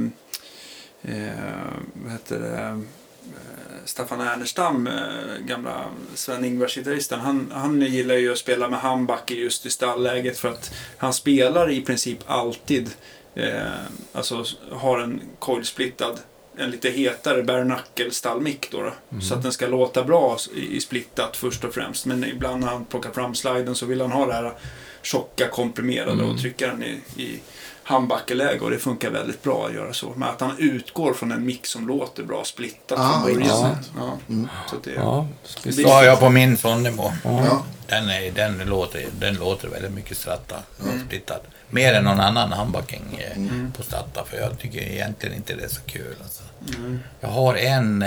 Staffan Ernestam, gamla Sven-Ingvars-gitarristen. Han gillar ju att spela med humbucker just i stallläget, för att han spelar i princip alltid alltså har en coil-splittad, en lite hetare bare-knuckle stallmick då. Så att den ska låta bra i splittat först och främst, men ibland när han plockar fram sliden så vill han ha det här tjocka komprimerade och trycka den i humbuckerläge, och det funkar väldigt bra att göra så. Men att han utgår från en mix som låter bra splittat från början. Så det, Så har jag på min Sonnemo. Ja. Den låter väldigt mycket Strata. Splittad. Mer än någon annan humbucking på Strata, för jag tycker egentligen inte det är så kul. Alltså. Jag har en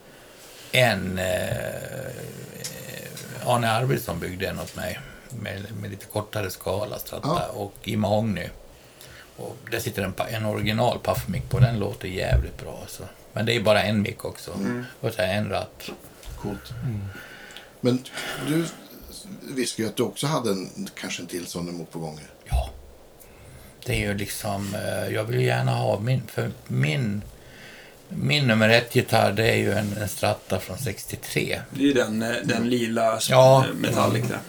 Arne Arvidsson byggde en åt mig med lite kortare skala Strata och i mahogny. Och där sitter en original puffmic på, den låter jävligt bra alltså. Men det är bara en mic också. Och så en ratt. Coolt. Men du visste ju att du också hade kanske en till Sonnemo på gång. Ja. Det är ju liksom, jag vill gärna ha min nummer 1-gitarr, det är ju en Strata från 63. det är ju den lila metallic där.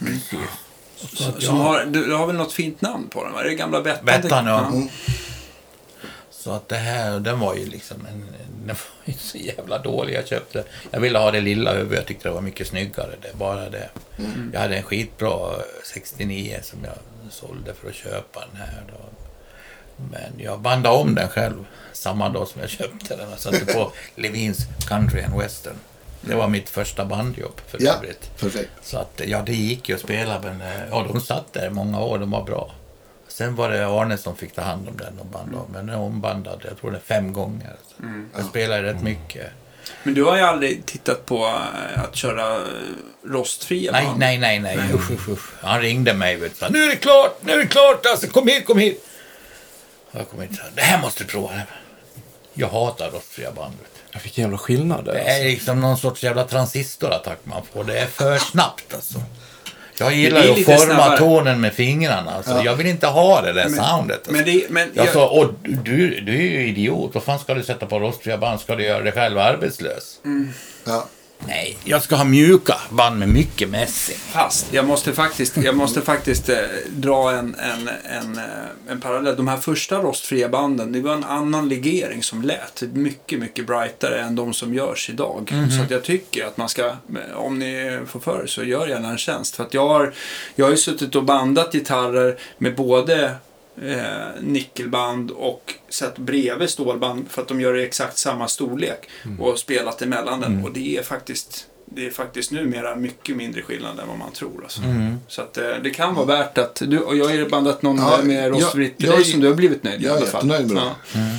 Du har väl något fint namn på den, va? Det är gamla Bettan. Bettan, ja. Så att det här, den var ju liksom den var ju så jävla dålig. Jag ville ha det lilla över, jag tyckte det var mycket snyggare, det bara det. Jag hade en skitbra 69 som jag sålde för att köpa den här då. Men jag bandade om den själv samma dag som jag köpte den och satte på Levins Country and Western. Det var mitt första bandjobb för övrigt. Perfekt. Så att, det gick ju att spela, men de satt där många år, de var bra. Sen var det Arne som fick ta hand om den och bandade om. Men den är ombandad, jag tror det 5 gånger. Jag spelade rätt mycket. Men du har ju aldrig tittat på att köra rostfria band? Nej. Usch. Han ringde mig, vet du. Nu är det klart, alltså, kom hit. Jag kom hit, det här måste du prova. Jag hatar rostfria band. Jag fick en jävla skillnad där. Det är liksom någon sorts jävla transistorattack man får. Det är för snabbt alltså. Jag gillar ju att forma tonen med fingrarna. Alltså. Jag vill inte ha det där soundet. Alltså. Och du är ju idiot. Vad fan ska du sätta på rostfria band? Ska du göra dig själv arbetslös? Ja. Nej, jag ska ha mjuka band med mycket mässing. Fast jag måste faktiskt dra en parallell. De här första rostfria banden, det var en annan legering som lät mycket, mycket brightare än de som görs idag. Så att jag tycker att man ska, om ni får för så gör gärna en tjänst. För att jag har ju suttit och bandat gitarrer med både nickelband och sett bredvid stålband för att de gör exakt samma storlek och spelat emellan den, och det är faktiskt numera mycket mindre skillnad än vad man tror alltså. Så att det kan vara värt att och jag har bandat någon med rostfritt som du har blivit nöjd i alla fall. Jättenöjd med det.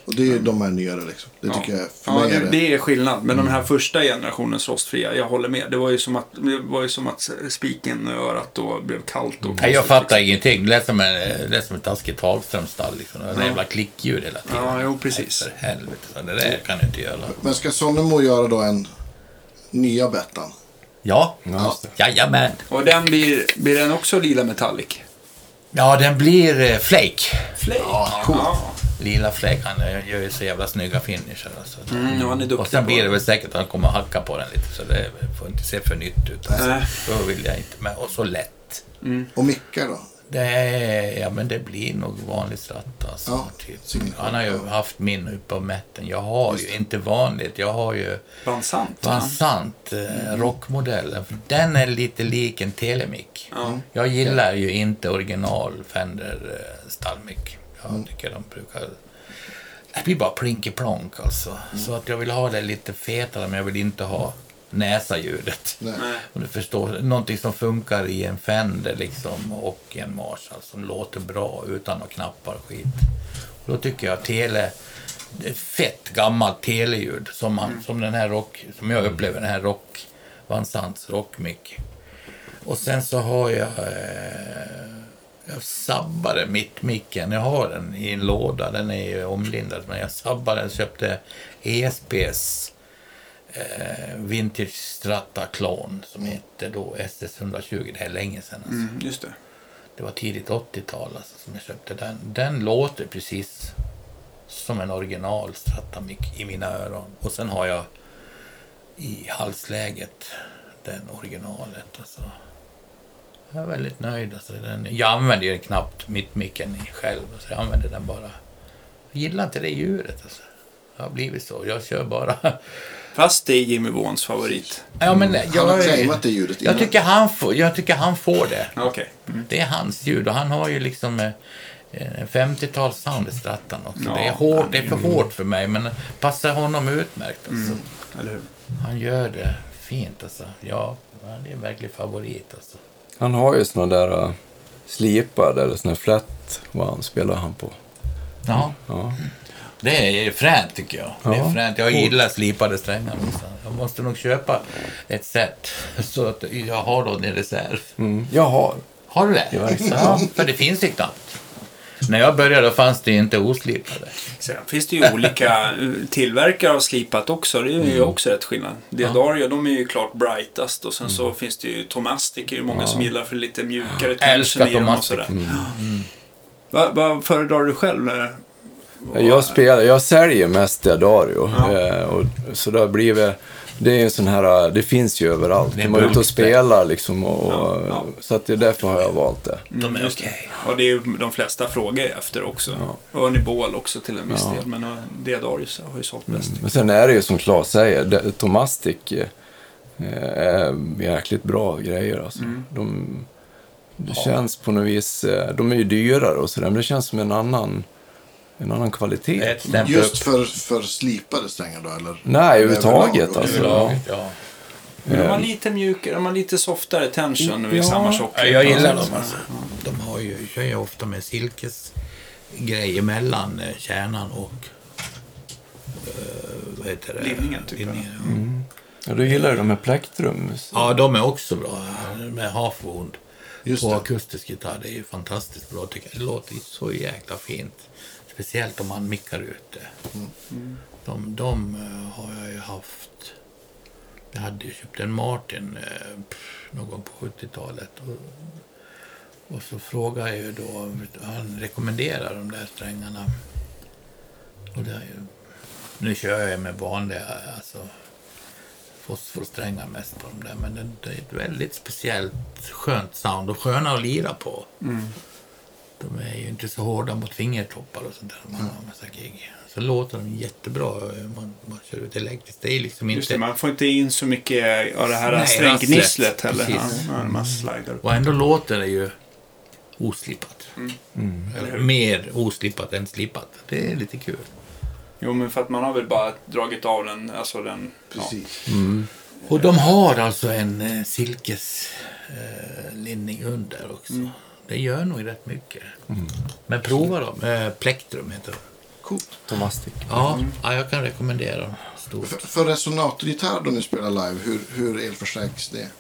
Och det är de här nyare liksom. Det tycker jag för mig är det är skillnad. Men de här första generationens rostfria, jag håller med. Det var ju som att spiken i örat då blev kallt. Och jag fattar ingenting. Det lät som ett taskigt Hagströmstall. Liksom. Det jävla klickljud hela tiden. Ja, jo, precis. För helvete. Så det där kan du inte göra. Men ska Sonnemo göra då en nya Bettan? Ja. Jajamän. Och den blir den också lila metallic? Ja, den blir flake. Flake? Ja, cool. Lila flake, han gör ju så jävla snygga finisher. Alltså. Han är duktig. Och sen blir det väl säkert att han kommer att hacka på den lite, så det får inte se för nytt ut. Alltså. Då vill jag inte med. Och så lätt. Och mickar då? Men det blir nog vanligt stratt. Alltså, Ja, typ. Han har ju haft min uppe på mätten. Jag har ju inte vanligt. Jag har ju Vansant rockmodellen. För den är lite lik en telemic. Jag gillar ju inte original Fender stallmick. Jag tycker de brukar... Det blir bara plinky-plonk alltså. Så att jag vill ha det lite fetare, men jag vill inte ha näsa-ljudet. Och du förstår, någonting som funkar i en Fender liksom, och en Marshall som låter bra utan några knappar och skit. Och då tycker jag fett gammalt teleljud som den här som jag upplever, den här Vansants rockmick. Och sen så har jag sabbade mittmicken. Jag har den i en låda, den är ju omlindad, men jag sabbade den, köpte ESPs Vintage Strata Clone som heter då SS120. Det är länge sedan alltså. Just det. Det var tidigt 80-tal alltså, som jag köpte den. Den låter precis som en original Strata mic i mina öron. Och sen har jag i halsläget den originalet alltså. Jag är väldigt nöjd alltså. Jag använder ju knappt mittmicken själv, så jag använder den bara. Jag gillar inte det djuret alltså. Det har blivit så. Jag kör bara. Fast det är Jimmy Vaughans favorit. Ja, men han har claimat det ljudet innan. Jag tycker han får det. Okay. Det är hans ljud, och han har ju liksom 50-tals sound i Strattan också. Ja, det är för hårt för mig, men passar honom utmärkt alltså. Eller hur? Han gör det fint alltså. Ja, det är verkligen favorit alltså. Han har ju såna där slipade eller såna flat one spelar han på. Ja. Det är fränt tycker jag. Det är fränt. Jag gillar slipade strängar också. Jag måste nog köpa ett set så att jag har då en reserv. Jag har. Har du det? Ja, för det finns inte annat. När jag började fanns det inte oslipade. Sen finns det ju olika tillverkare av slipat också. Det är ju också rätt skillnad. Diadario, de är ju klart brightast. Och sen så finns det ju Tomastic, är ju många som gillar för lite mjukare tension i dem och sådär. Vad föredrar du själv? Jag säljer mest Diadario. Och så där blir det är en sån här, det finns ju överallt. Man är ute och spelar liksom så att det är därför har jag valt det. De är okej. Och det är ju de flesta frågor efter också. Och Örnibol också till en viss del, men Diadarius har ju sålt bäst. Men sen är det ju som Claes säger, Tomastic är jäkligt bra grejer alltså. Det känns på något vis, de är ju dyrare och sådär, men det känns som en annan kvalitet. Just för slipade strängar då, eller? Nej, överhuvudtaget alltså. Men de var lite mjukare, de var lite softare tension i samma tjocklek. Jag gillar dem alltså. De har ju, kör ju ofta med silkesgrejer mellan kärnan och vad heter det? Limningen typ. Ja, du gillar ju de här plektrum. Ja, de är också bra. Med half-wound på akustisk gitarr. Det är ju fantastiskt bra tycker jag. Det låter så jäkla fint. Speciellt om man mickar ut det. De har jag ju haft. Jag hade ju köpt en Martin någon gång på 70-talet. Och så frågade jag ju då, han rekommenderar de där strängarna. Och det är ju, nu kör jag med vanliga alltså, fosforsträngar mest på dem där. Men det är ett väldigt speciellt skönt sound och sköna att lira på. De är ju inte så hårda mot fingertoppar och sånt där. Man har massa gig. Så låter de jättebra. Man kör ut elektriskt. Det är liksom inte... Just det, man får inte in så mycket av det här stränggnisslet heller. Man slider. Och ändå låter det ju oslipat. Eller mer oslipat än slipat. Det är lite kul. Jo, men för att man har väl bara dragit av den. Alltså den precis. Och de har alltså en silkeslinning under också. Det gör nog rätt mycket. Men prova dem. Plektrum heter de. Coolt. Tomastic. Ja, jag kan rekommendera dem. Stort. För resonatorgitarr då ni spelar live, hur elförstärks det?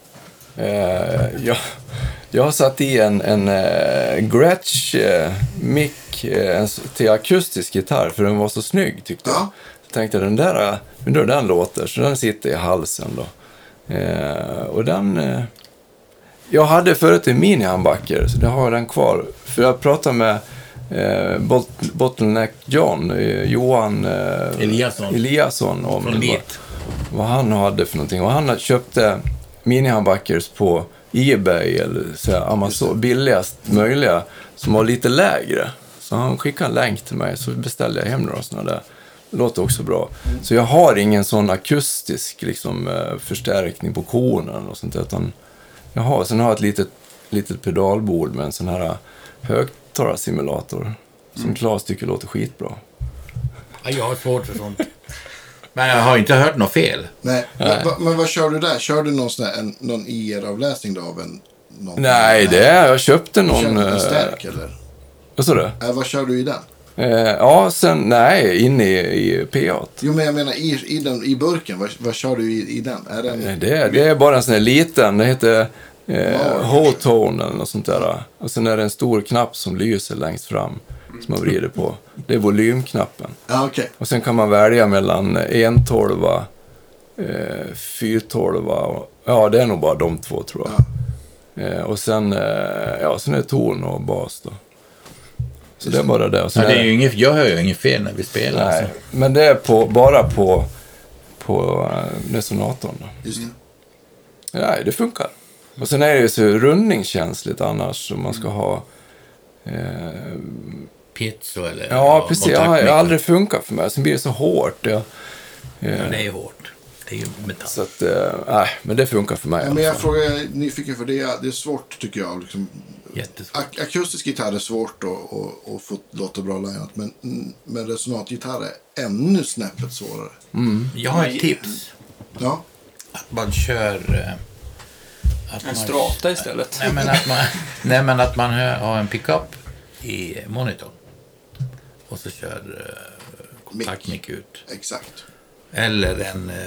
Jag har satt i en Gretsch mic till akustisk gitarr för den var så snygg tyckte jag. Ja. Jag tänkte den låter så den sitter i halsen då. Och den jag hade förut en mini-handbacker så det har jag den kvar. För jag pratade med Bottleneck John, Johan Eliasson om vad han hade för någonting. Och han köpte mini-handbackers på eBay eller så här, Amazon, billigast möjliga som var lite lägre. Så han skickade en länk till mig så beställde jag hem några sådana där. Det låter också bra. Så jag har ingen sån akustisk liksom, förstärkning på konen och sånt där, utan sen har jag ett litet pedalbord med en sån här högtalarsimulator som Claes tycker låter skitbra. Ja, jag har svårt för sånt. Men jag har inte hört något fel. Nej. Men vad kör du där? Kör du någon IR-avläsning då av någon? Nej, jag köpte någon... Kör du en stärk eller? Vad sa du? Vad kör du i den? Inne i P8. Jo, men jag menar i burken. Vad kör du i den? Är den... Det är bara en sån här liten. Det heter H-tone eller något sånt där. Och sen är det en stor knapp som lyser längst fram som man vrider på. Det är volymknappen. Ja, okej. Och sen kan man välja mellan 1/12, 4/12. Ja, det är nog bara de två tror jag. Ja. Och sen är det ton och bas då. Så det är bara det. Och sen det är ju jag hör ju inget fel när vi spelar. Nej, alltså. men det är bara på resonatorn då. Just det. Nej, det funkar. Och sen är det ju så rundningskänsligt annars som man ska ha... Pizzo eller... Ja, precis. Jag har aldrig funkat för mig. Sen blir det så hårt. Ja, det är ju hårt. Det är ju metall. Så att, men det funkar för mig. Ja, men jag frågar nyfiken för det är svårt tycker jag. Liksom, jättesvårt. Akustisk gitarr är svårt att få låta bra lineat, men resonatgitarr är ännu snäppet svårare. Jag har ett tips. Ja. Att man kör... En strata istället. Att man har en pickup i monitorn. Och så kör kontaktmick ut. Exakt. Eller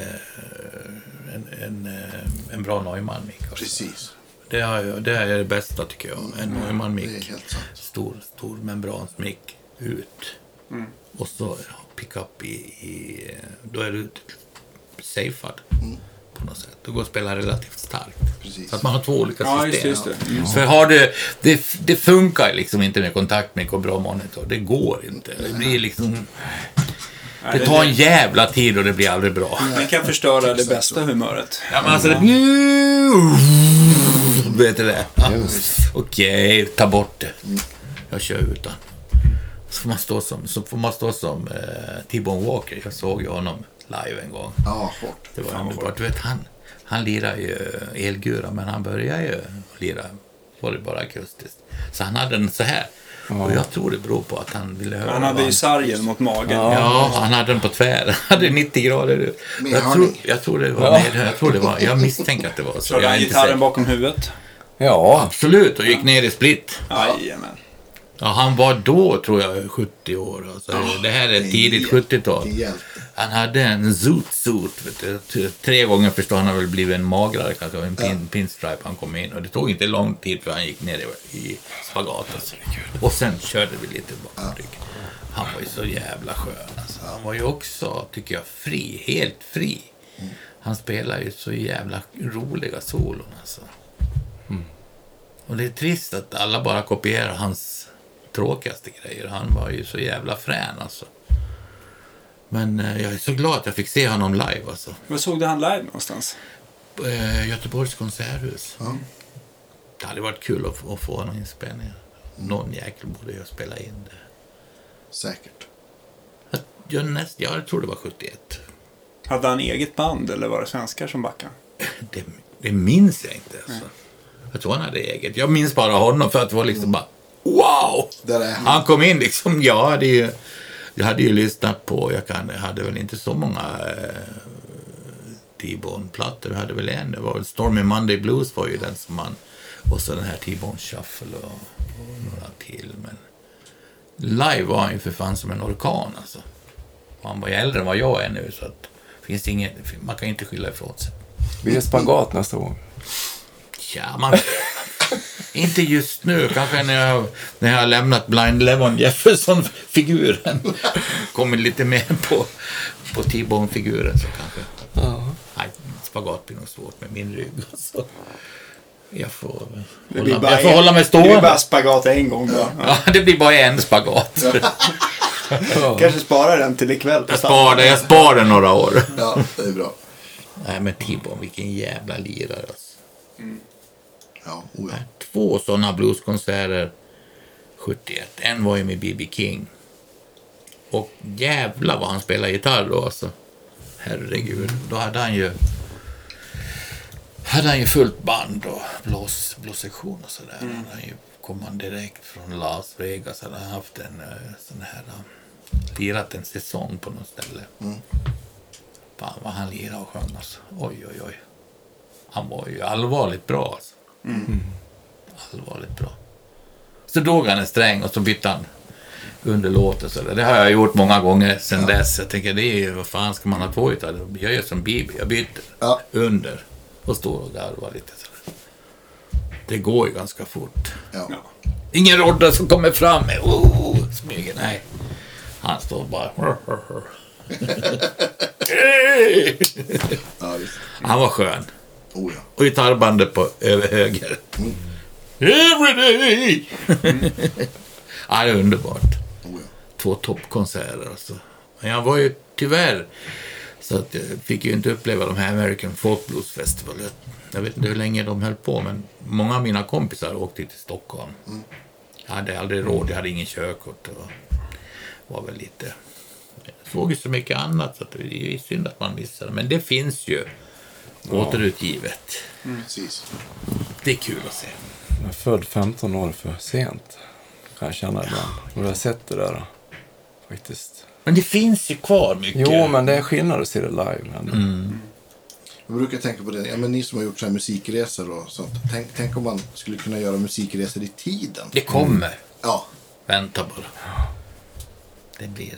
en bra Neumann-mick. Precis. Det är det bästa tycker jag. En Neumann-mick. Det är helt sant. Stor membransmick ut. Och så pickup då är du safead. På något sätt. Då går att spela relativt starkt. Precis. Så att man har två olika system. Just det. För har det funkar liksom inte med kontaktmick och bra monitor. Det går inte. Det blir liksom... Det tar en jävla tid och det blir aldrig bra. Man kan förstöra det bästa humöret. Ja, men alltså vet du det? Okej, ta bort det. Jag kör utan. Så får man stå som T-Bone Walker. Jag såg ju honom live en gång. Ja, hårt. Det var underbart. Du vet, han lirar ju elgura, men han började ju lira. Var det bara akustiskt. Så han hade den så här. Och jag tror det beror på att han ville höra. Han hade ju sargen mot magen. Ja, han hade den på tvär. Han hade 90 grader. Jag tror det var jag misstänker att det var så. Så han gitarren bakom huvudet? Ja. Absolut, och gick ner i split. Jajamän. Ja, han var då, tror jag, 70 år. Alltså, det här är tidigt 70-tal. Han hade en zoot, vet du. 3 gånger förstår han väl blivit en magrare, kanske en pinstripe han kom in. Och det tog inte lång tid för han gick ner i spagat. Alltså. Och sen körde vi lite bakrygg. Han var ju så jävla skön. Alltså. Han var ju också, tycker jag, fri. Helt fri. Han spelar ju så jävla roliga solon. Alltså. Och det är trist att alla bara kopierar hans tråkigaste grejer. Han var ju så jävla frän alltså. Men jag är så glad att jag fick se honom live alltså. Var såg du han live någonstans? Göteborgs konserthus. Det hade varit kul att få någon inspelning. Någon jäkel borde jag spela in det. Säkert. Jag tror det var 71. Hade han eget band eller var det svenskar som backade? Det minns jag inte alltså. Jag tror han hade eget. Jag minns bara honom för att det var liksom bara wow! Han kom in liksom, jag hade ju lyssnat på, jag hade väl inte så många T-Bone-plattor, jag hade väl en, det var väl Stormy Monday Blues var ju den som man, och så den här T-Bone Shuffle och några till, men live var han ju för fan som en orkan alltså. Han var ju äldre än vad jag är nu, så att finns inget, man kan inte skylla ifrån sig. Blir det spagat nästa gång? Ja, man... inte just nu, kanske när jag har lämnat Blind Lemon Jefferson-figuren. Kommer lite mer på T-Bone-figuren så kanske. Nej, spagat blir nog svårt med min rygg. Så jag får hålla mig stående. Det blir bara spagat en gång då. Ja, det blir bara en spagat. Kanske spara den till ikväll. Jag sparar några år. Ja, det är bra. Nej, men T-Bone, vilken jävla lirare alltså. Ja, 2 sådana blueskonserter 71. En var ju med B.B. King. Och jävla vad han spelade gitarr då alltså. Herregud. Då hade han ju fullt band och blåssektion och sådär. Kom han direkt från Las Vegas. Hade han haft en sån här lirat en säsong på något ställe. Fan vad han lirade och sjöng alltså. Oj. Han var ju allvarligt bra alltså. Allvarligt bra. Så drog han en sträng och så bytte han under låten. Så det har jag gjort många gånger sedan dess. Jag tänker, det är ju, vad fan ska man ha 2 utav det? Jag gör som Bibi, jag byter under och står och garvar lite så. Det går ju ganska fort. Ja. Ingen rodda som kommer fram med smyger, nej. Han står bara han var skön. Och gitarrbandet på över höger. Every day. Ja, det är underbart. 2 toppkonserter alltså. Men jag var ju tyvärr så att jag fick ju inte uppleva de här American Folk Blues Festival. Jag vet inte hur länge de höll på, men många av mina kompisar åkte till Stockholm. Jag hade aldrig råd, jag hade ingen körkort och var väl lite... Jag såg ju så mycket annat så att det är synd att man missade. Men det finns ju återutgivet. Precis. Det är kul att se. Jag är född 15 år för sent. Kan jag känna ibland. Och jag har sett det där faktiskt. Men det finns ju kvar mycket. Jo, men det är skillnad att se det live. Jag brukar tänka på det. Ja, men ni som har gjort så här musikresor och sånt. Tänk om man skulle kunna göra musikresor i tiden. Det kommer. Ja. Vänta bara. Det blir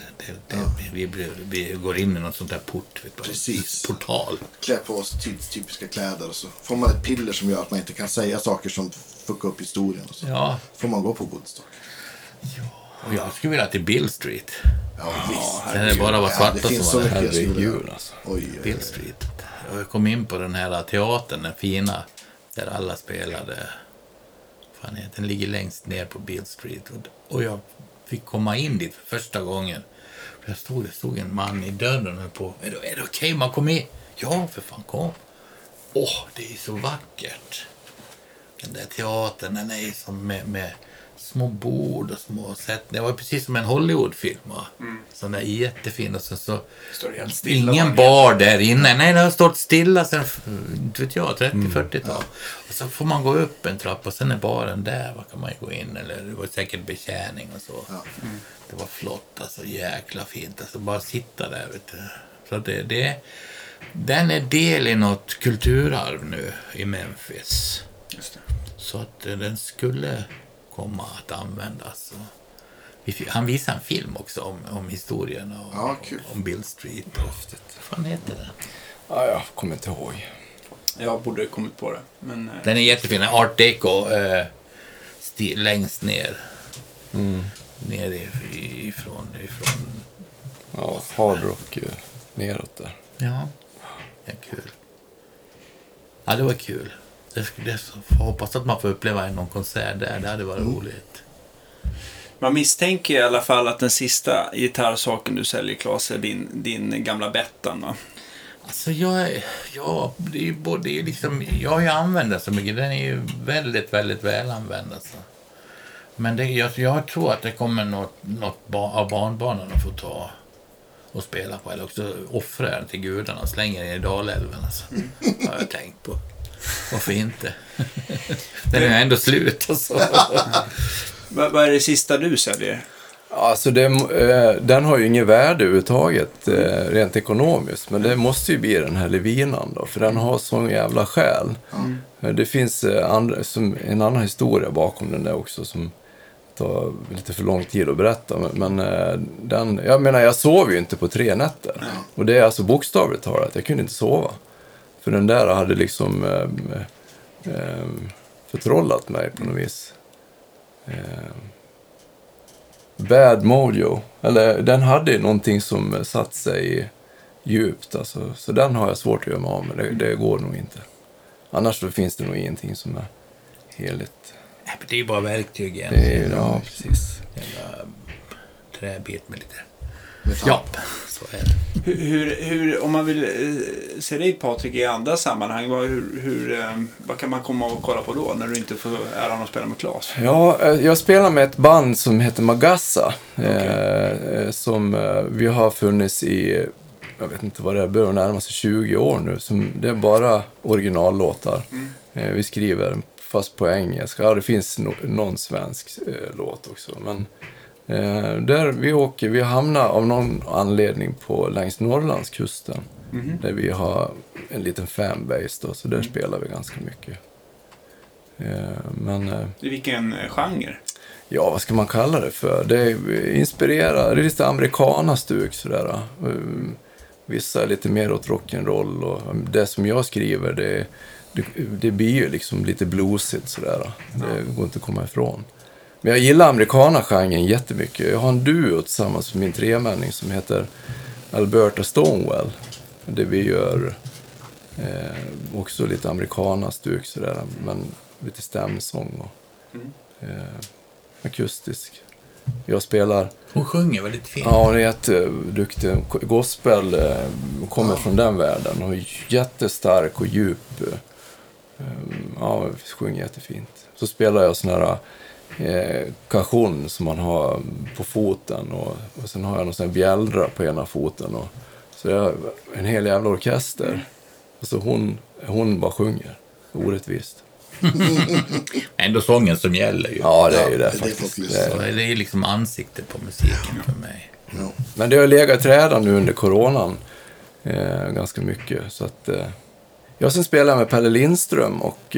vi går in i något sånt där Precis. Portal. Klä på oss tidstypiska kläder och så får man ett piller som gör att man inte kan säga saker som fuckar upp historien och så. Ja. Får man gå på Woodstock. Ja. Och jag skulle vilja till Bill Street. Ja, visst. Det är bara var svarta det finns som var så där. mycket Herregud alltså. Oj. Bill Street. Jag kom in på den här teatern, den fina, där alla spelade. Fan, den ligger längst ner på Bill Street. Och jag fick komma in dit för första gången. Det stod en man i dörren på. Är det okej, man kom in? Ja, för fan, kom. Det är så vackert. Den där teatern, den är som med små bord och små sätt. Det var precis som en Hollywoodfilm. Sån där jättefin. Och så ingen bar där inne. Nej, det har stått stilla sedan, inte vet jag, 30-40-tal. Och så får man gå upp en trappa och sen är baren där. Var kan man gå in? Eller det var säkert betjäning och så. Det var flott, alltså jäkla fint. Alltså bara sitta där, vet du. Så den är del i något kulturarv nu i Memphis. Just det. Så att den skulle komma att användas. Han visade en film också om historien om Bill Street. Vad fan heter den? Ja, jag kommer inte ihåg. Jag borde kommit på det. Men, den är jättefin. Art Deco längst ner. Ner ifrån. Ja, hardrock neråt där. Ja, det är kul. Ja, det var kul. Jag hoppas att man får uppleva någon konsert där. Det hade varit roligt. Man misstänker i alla fall att den sista gitarrsaken du säljer, Claes, är din gamla Bettan, va? Alltså det är liksom, jag har ju använt den så mycket. Den är ju väldigt, väldigt väl använd alltså. Men jag tror att det kommer något av barnbarnen att få ta och spela på. Eller också offra den till gudarna och slänga den i Dalälven alltså. Har jag tänkt på. Varför inte? Den är ändå slut alltså. Vad är det sista du säljer? Alltså den har ju inget värde överhuvudtaget rent ekonomiskt. Men det måste ju bli den här Levinan då. För den har sån jävla själ. Det finns en annan historia bakom den där också. Som ta lite för lång tid att berätta. Men jag menar, jag sov ju inte på 3 nätter. Och det är alltså bokstavligt talat, jag kunde inte sova. För den där hade liksom förtrollat mig på något vis. Bad Mojo. Eller den hade någonting som satt sig djupt. Alltså. Så den har jag svårt att göra mig av med. Det går nog inte. Annars så finns det nog ingenting som är heligt. Det är ju bara verktyg igen. Ja, precis. En träbit med lite... Ja. Så är det. Hur, om man vill se dig, Patrik, i andra sammanhang, vad kan man komma och kolla på då när du inte får äran att spela med Claes? Ja, jag spelar med ett band som heter Magassa. Som vi har funnits i, jag vet inte vad det är, börjar närma sig 20 år nu. Det är bara originallåtar. Vi skriver fast på engelska. Ja, det finns någon svensk låt också, men... vi hamnar av någon anledning längs Norrlandskusten. Där vi har en liten fanbase då, så där spelar vi ganska mycket. I vilken genre? Ja, vad ska man kalla det för? Det är lite amerikanastuk sådär. Vissa är lite mer åt rock'n'roll, och det som jag skriver det blir ju liksom lite bluesigt sådär. Det går inte att komma ifrån. Men jag gillar amerikana-genren jättemycket. Jag har en duo tillsammans med min tremänning som heter Alberta Stonewell. Det vi gör också lite amerikana-stuk sådär, men lite stämsång och akustisk. Jag spelar... Hon sjunger väldigt fint. Ja, hon är jätteduktig. Gospel kommer från den världen och jättestark och djup. Ja, sjunger jättefint. Så spelar jag sån här cajon som man har på foten, och sen har jag någon sån här bjällra på ena foten, och så jag har en hel jävla orkester, och så hon bara sjunger orättvist. Ändå sången som gäller ju. Ja, det är ju det faktiskt. Det är liksom ansiktet på musiken för mig. Ja. Men det har legat i trädan nu under coronan ganska mycket, så att jag sen spelar med Pelle Lindström och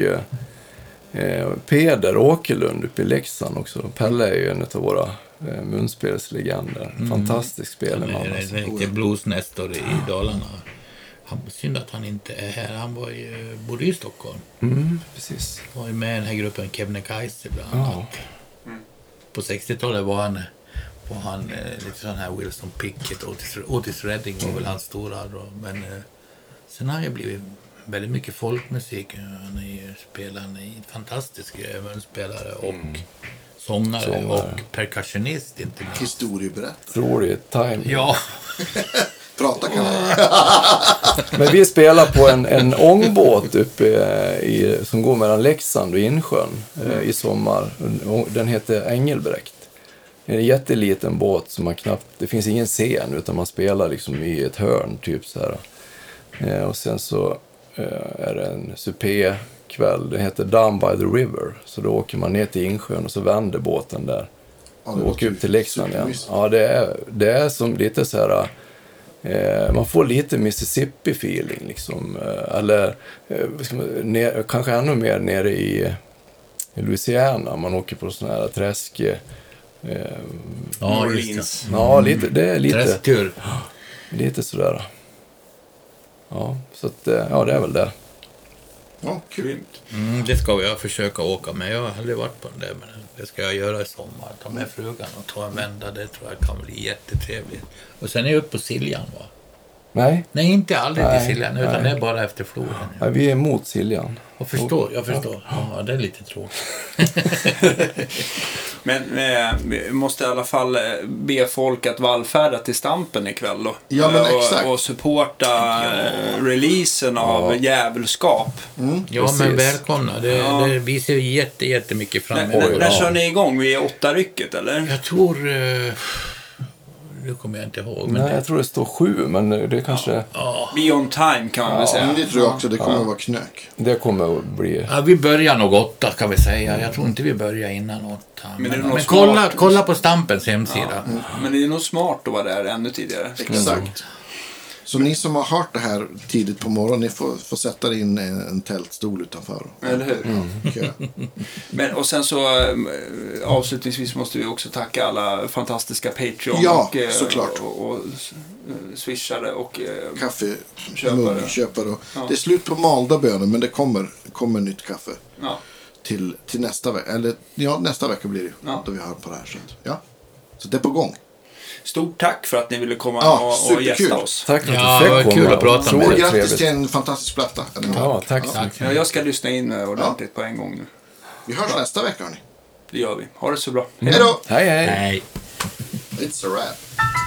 Peder Åkerlund uppe i Leksand också. Pelle är ju en av våra munspelslegender. Fantastisk spelare. Han är en riktig bluesnestor i Dalarna. Synd att han inte är här. Han bodde i Stockholm. Precis. Var ju med i den här gruppen Kebnekaise bland annat. På 60-talet var han lite sån här Wilson Pickett, Otis Redding var väl hans stora. Men sen har det blivit väldigt mycket folkmusik. Han är en fantastisk munspelare och sångare och percussionist, inte minst. Historieberättare. Roligt time. Ja. Prata kan han. Men vi spelar på en ångbåt uppe som går mellan Leksand och Insjön i sommar. Den heter Engelbrekt. Det är en jätteliten båt som det finns ingen scen, utan man spelar liksom i ett hörn typ så här. Och sen så är det en supé-kväll. Den heter Down by the River. Så då åker man ner till Insjön och så vänder båten där. Och åker upp till Leksand igen. Ja, det är som lite så här... man får lite Mississippi-feeling liksom. Eller kanske ännu mer nere i Louisiana. Man åker på sån här träsk... Ja, just det. Ja, det är lite... Träsktur. Lite sådär. Ja, så att, ja, det är väl det. Ja, kul. Det ska jag försöka åka med. Jag har aldrig varit på det, men det ska jag göra i sommar. Ta med frugan och ta en vända. Det tror jag kan bli jättetrevligt. Och sen är jag uppe på Siljan, va? Nej, inte aldrig till Siljan, utan det är bara efter floden. ja, vi är mot Siljan. Jag förstår. Ja, det är lite tråkigt. Men vi måste i alla fall be folk att vallfärda till Stampen ikväll då. Ja, men exakt. Och supporta releasen av Djävulskap. Ja, Precis. men välkomna. Vi ser jättemycket fram emot. När kör ni igång? Vi är 8-rycket, eller? Jag tror... Nu kommer jag inte ihåg. Men Nej, jag tror det står 7, men det kanske... Be on time kan man väl säga. Men det tror jag också, det kommer att vara knök. Det kommer att bli... Ja, vi börjar nog 8 kan vi säga. Jag tror inte vi börjar innan 8. Men kolla på Stampens hemsida. Men det är nog smart att vara där ännu tidigare. Exakt. Så ni som har hört det här tidigt på morgonen, ni får sätta in en tältstol utanför. Eller hur? Okay. Men, och sen så avslutningsvis måste vi också tacka alla fantastiska Patreon såklart. och swishare och kaffeköpare. Det är slut på malda bönor, men det kommer nytt kaffe till nästa vecka. Eller nästa vecka blir det då vi hör på det här. Så det är på gång. Stort tack för att ni ville komma och gästa oss. Tack för att du fick komma. Kul att prata med dig. Grattis till en fantastisk platta. Tack. Jag ska lyssna in ordentligt på en gång nu. Vi hörs nästa vecka, hörni. Det gör vi. Ha det så bra. Hej då! Hej. It's a wrap.